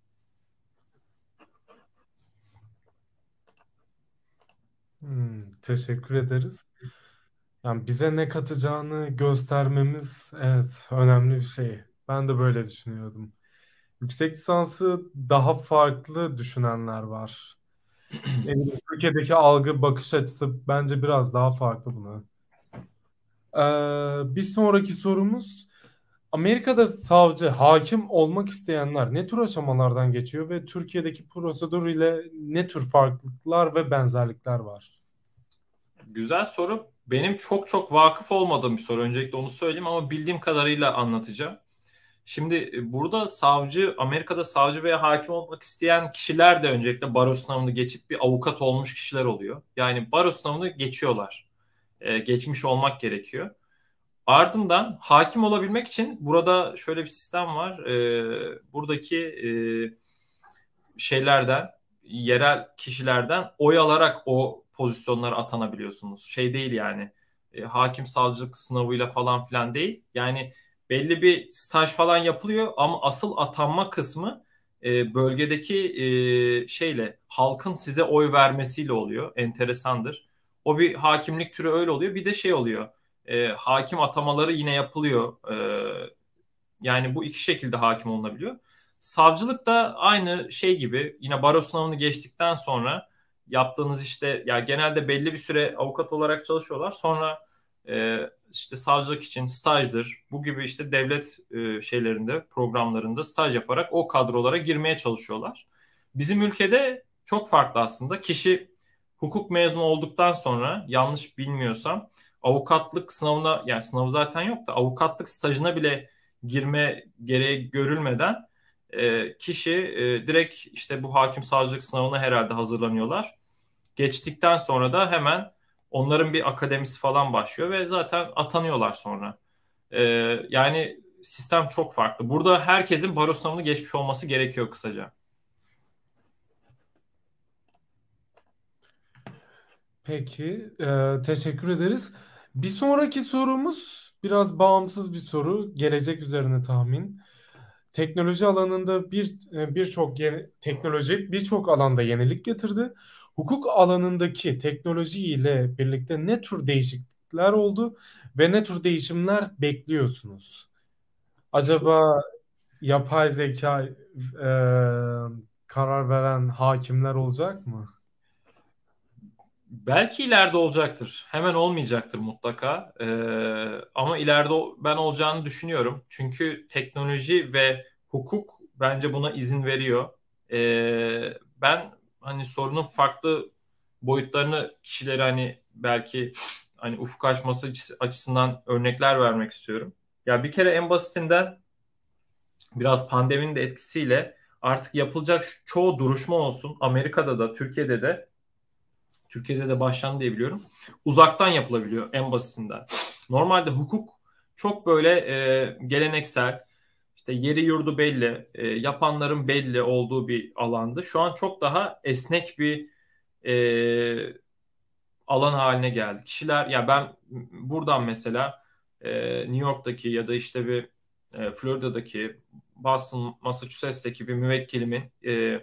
Teşekkür ederiz. Yani bize ne katacağını göstermemiz, evet, önemli bir şey. Ben de böyle düşünüyordum. Yüksek lisansı daha farklı düşünenler var. Ne bileyim, Türkiye'deki algı, bakış açısı bence biraz daha farklı buna. Bir sonraki sorumuz, Amerika'da savcı, hakim olmak isteyenler ne tür aşamalardan geçiyor ve Türkiye'deki prosedür ile ne tür farklılıklar ve benzerlikler var? Güzel soru. Benim çok çok vakıf olmadığım bir soru. Öncelikle onu söyleyeyim ama bildiğim kadarıyla anlatacağım. Şimdi burada savcı, Amerika'da savcı veya hakim olmak isteyen kişiler de öncelikle baro sınavını geçip bir avukat olmuş kişiler oluyor. Yani baro sınavını geçiyorlar. Geçmiş olmak gerekiyor. Ardından hakim olabilmek için burada şöyle bir sistem var. Buradaki şeylerden, yerel kişilerden oy alarak o pozisyonlara atanabiliyorsunuz. Şey değil yani hakim savcılık sınavıyla falan filan değil. Yani belli bir staj falan yapılıyor ama asıl atanma kısmı bölgedeki şeyle halkın size oy vermesiyle oluyor. Enteresandır. O bir hakimlik türü öyle oluyor. Bir de şey oluyor. Hakim atamaları yine yapılıyor. Yani bu iki şekilde hakim olunabiliyor. Savcılık da aynı şey gibi yine baro sınavını geçtikten sonra yaptığınız işte ya genelde belli bir süre avukat olarak çalışıyorlar. Sonra işte savcılık için stajdır. Bu gibi işte devlet şeylerinde programlarında staj yaparak o kadrolara girmeye çalışıyorlar. Bizim ülkede çok farklı aslında. Kişi hukuk mezunu olduktan sonra yanlış bilmiyorsam avukatlık sınavına yani sınavı zaten yok da avukatlık stajına bile girme gereği görülmeden kişi direkt işte bu hakim savcılık sınavına herhalde hazırlanıyorlar. Geçtikten sonra da hemen onların bir akademisi falan başlıyor ve zaten atanıyorlar sonra. E, Yani sistem çok farklı. Burada herkesin baro sınavını geçmiş olması gerekiyor kısaca. Peki, teşekkür ederiz. Bir sonraki sorumuz biraz bağımsız bir soru, gelecek üzerine tahmin. Teknoloji alanında teknoloji birçok alanda yenilik getirdi. Hukuk alanındaki teknoloji ile birlikte ne tür değişiklikler oldu ve ne tür değişimler bekliyorsunuz? Acaba yapay zeka karar veren hakimler olacak mı? Belki ileride olacaktır. Hemen olmayacaktır mutlaka. Ama ileride ben olacağını düşünüyorum. Çünkü teknoloji ve hukuk bence buna izin veriyor. Ben hani sorunun farklı boyutlarını kişilere hani belki hani ufuk açması açısından örnekler vermek istiyorum. Ya bir kere en basitinden biraz pandeminin de etkisiyle artık yapılacak çoğu duruşma olsun Amerika'da da Türkiye'de de başlandı diye biliyorum. Uzaktan yapılabiliyor en basitinden. Normalde hukuk çok böyle geleneksel, işte yeri yurdu belli, yapanların belli olduğu bir alandı. Şu an çok daha esnek bir e, alan haline geldi. Kişiler, ya ben buradan mesela New York'taki ya da işte bir Florida'daki, Boston, Massachusetts'teki bir müvekkilimin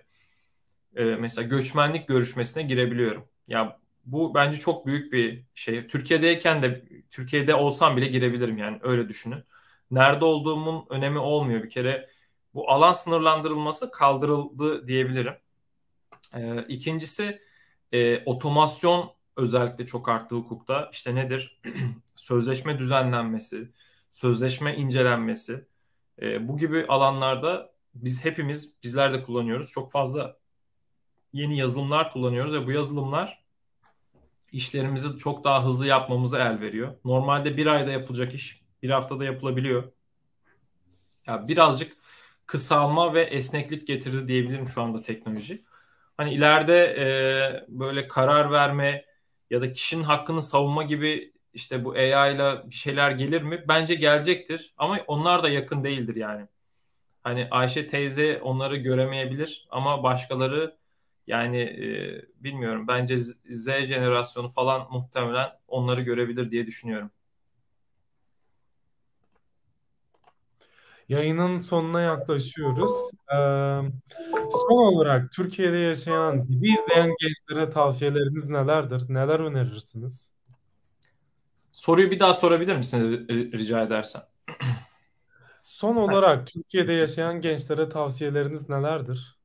mesela göçmenlik görüşmesine girebiliyorum. Ya bu bence çok büyük bir şey. Türkiye'de olsam bile girebilirim, yani öyle düşünün. Nerede olduğumun önemi olmuyor bir kere. Bu alan sınırlandırılması kaldırıldı diyebilirim. İkincisi otomasyon özellikle çok arttı hukukta. İşte nedir? Sözleşme düzenlenmesi, sözleşme incelenmesi. Bu gibi alanlarda bizler de kullanıyoruz. Çok fazla yeni yazılımlar kullanıyoruz ve bu yazılımlar işlerimizi çok daha hızlı yapmamıza el veriyor. Normalde bir ayda yapılacak iş bir haftada yapılabiliyor. Ya birazcık kısalma ve esneklik getirdi diyebilirim şu anda teknoloji. Hani ileride böyle karar verme ya da kişinin hakkını savunma gibi işte bu AI ile bir şeyler gelir mi? Bence gelecektir ama onlar da yakın değildir yani. Hani Ayşe teyze onları göremeyebilir ama başkaları, yani bilmiyorum. Bence Z jenerasyonu falan muhtemelen onları görebilir diye düşünüyorum. Yayının sonuna yaklaşıyoruz. Son olarak Türkiye'de yaşayan, bizi izleyen gençlere tavsiyeleriniz nelerdir? Neler önerirsiniz? Soruyu bir daha sorabilir misin rica edersen? Son olarak Türkiye'de yaşayan gençlere tavsiyeleriniz nelerdir?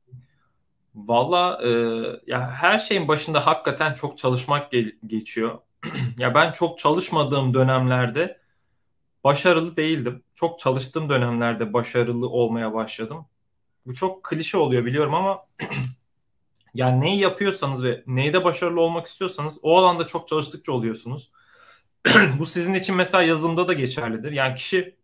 Valla ya her şeyin başında hakikaten çok çalışmak geçiyor. Ya ben çok çalışmadığım dönemlerde başarılı değildim. Çok çalıştığım dönemlerde başarılı olmaya başladım. Bu çok klişe oluyor biliyorum ama yani neyi yapıyorsanız ve neyde başarılı olmak istiyorsanız o alanda çok çalıştıkça oluyorsunuz. Bu sizin için mesela yazılımda da geçerlidir. Yani kişi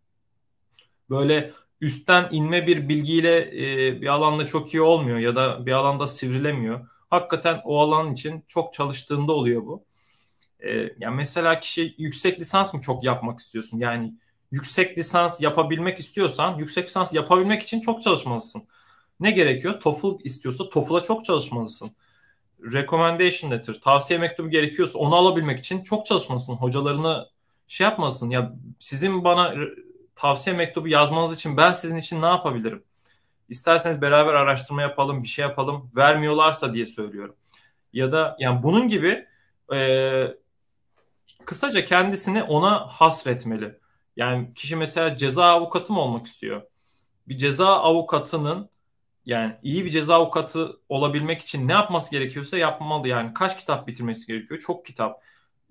böyle üstten inme bir bilgiyle bir alanda çok iyi olmuyor ya da bir alanda sivrilemiyor. Hakikaten o alan için çok çalıştığında oluyor bu. Yani mesela kişi yüksek lisans mı çok yapmak istiyorsun? Yani yüksek lisans yapabilmek istiyorsan yüksek lisans yapabilmek için çok çalışmalısın. Ne gerekiyor? TOEFL istiyorsa TOEFL'a çok çalışmalısın. Recommendation letter, tavsiye mektubu gerekiyorsa onu alabilmek için çok çalışmalısın. Hocalarını şey yapmasın. Ya sizin bana tavsiye mektubu yazmanız için ben sizin için ne yapabilirim? İsterseniz beraber araştırma yapalım, bir şey yapalım. Vermiyorlarsa diye söylüyorum. Ya da yani bunun gibi e, kısaca kendisini ona hasretmeli. Yani kişi mesela ceza avukatı mı olmak istiyor? Bir ceza avukatının, yani iyi bir ceza avukatı olabilmek için ne yapması gerekiyorsa yapmalı. Yani kaç kitap bitirmesi gerekiyor? Çok kitap.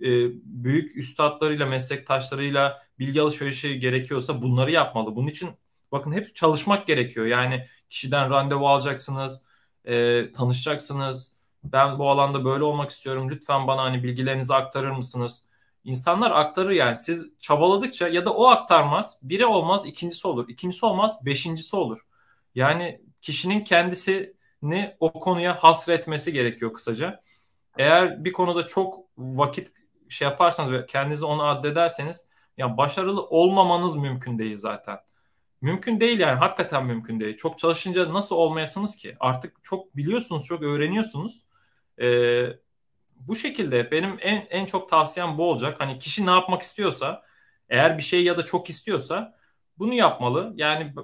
Büyük üstadlarıyla, meslektaşlarıyla bilgi alışverişi gerekiyorsa bunları yapmalı. Bunun için bakın hep çalışmak gerekiyor. Yani kişiden randevu alacaksınız, tanışacaksınız. Ben bu alanda böyle olmak istiyorum. Lütfen bana hani bilgilerinizi aktarır mısınız? İnsanlar aktarır yani. Siz çabaladıkça ya da o aktarmaz. Biri olmaz, ikincisi olur. İkincisi olmaz, beşincisi olur. Yani kişinin kendisini o konuya hasretmesi gerekiyor kısaca. Eğer bir konuda çok vakit şey yaparsanız ve kendinizi ona addederseniz ya başarılı olmamanız mümkün değil zaten. Mümkün değil yani, hakikaten mümkün değil. Çok çalışınca nasıl olmayasınız ki? Artık çok biliyorsunuz, çok öğreniyorsunuz. Ee, Bu şekilde benim en çok tavsiyem bu olacak. Hani kişi ne yapmak istiyorsa, eğer bir şey ya da çok istiyorsa bunu yapmalı. Yani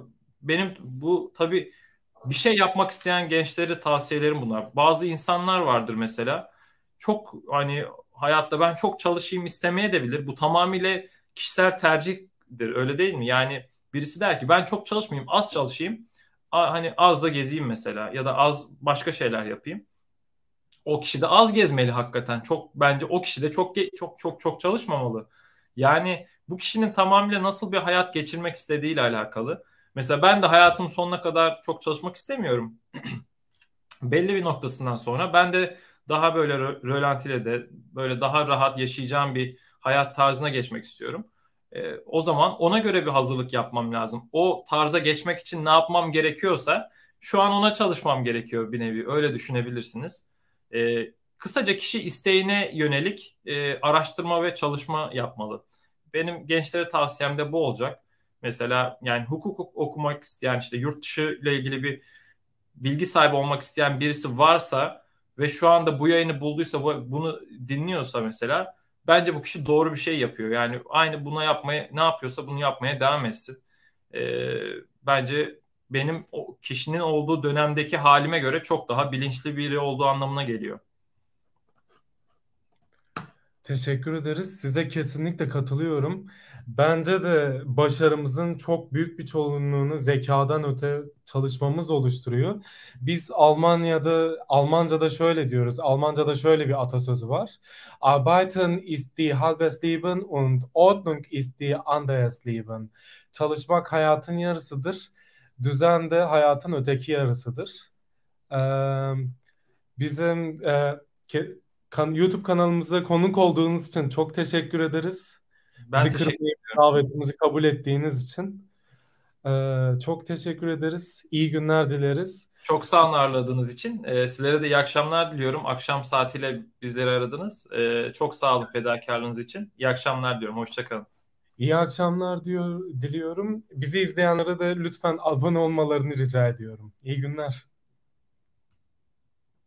benim bu tabii bir şey yapmak isteyen gençlere tavsiyelerim bunlar. Bazı insanlar vardır mesela. Çok hani hayatta ben çok çalışayım istemeye de bilir. Bu tamamıyla kişisel tercihtir. Öyle değil mi? Yani birisi der ki ben çok çalışmayayım, az çalışayım. Hani az da gezeyim mesela ya da az başka şeyler yapayım. O kişi de az gezmeli hakikaten. Çok bence o kişi de çok çalışmamalı. Yani bu kişinin tamamıyla nasıl bir hayat geçirmek istediğiyle alakalı. Mesela ben de hayatım sonuna kadar çok çalışmak istemiyorum. Belli bir noktasından sonra ben de daha böyle rölantile de böyle daha rahat yaşayacağım bir hayat tarzına geçmek istiyorum. O zaman ona göre bir hazırlık yapmam lazım. O tarza geçmek için ne yapmam gerekiyorsa şu an ona çalışmam gerekiyor bir nevi. Öyle düşünebilirsiniz. Kısaca kişi isteğine yönelik araştırma ve çalışma yapmalı. Benim gençlere tavsiyem de bu olacak. Mesela yani hukuk okumak isteyen işte yurt dışı ile ilgili bir bilgi sahibi olmak isteyen birisi varsa ve şu anda bu yayını bulduysa bunu dinliyorsa mesela bence bu kişi doğru bir şey yapıyor. Yani aynı buna yapmaya ne yapıyorsa bunu yapmaya devam etsin. Ee, Bence benim o kişinin olduğu dönemdeki halime göre çok daha bilinçli biri olduğu anlamına geliyor. Teşekkür ederiz. Size kesinlikle katılıyorum. Bence de başarımızın çok büyük bir çoğunluğunu zekadan öte çalışmamız oluşturuyor. Biz Almanca'da şöyle diyoruz. Almanca'da şöyle bir atasözü var. Arbeiten ist die halbes Leben und Ordnung ist die anderes Leben. Çalışmak hayatın yarısıdır. Düzen de hayatın öteki yarısıdır. Ee, Bizim YouTube kanalımıza konuk olduğunuz için çok teşekkür ederiz. Ben Bizi teşekkür kırmayıp ediyorum. davetimizi kabul ettiğiniz için. Çok teşekkür ederiz. İyi günler dileriz. Çok sağ olun ağırladığınız için. Sizlere de iyi akşamlar diliyorum. Akşam saatiyle bizleri aradınız. Çok sağ olun fedakarlığınız için. İyi akşamlar diyorum. Hoşça kalın. İyi akşamlar diliyorum. Bizi izleyenlere de lütfen abone olmalarını rica ediyorum. İyi günler.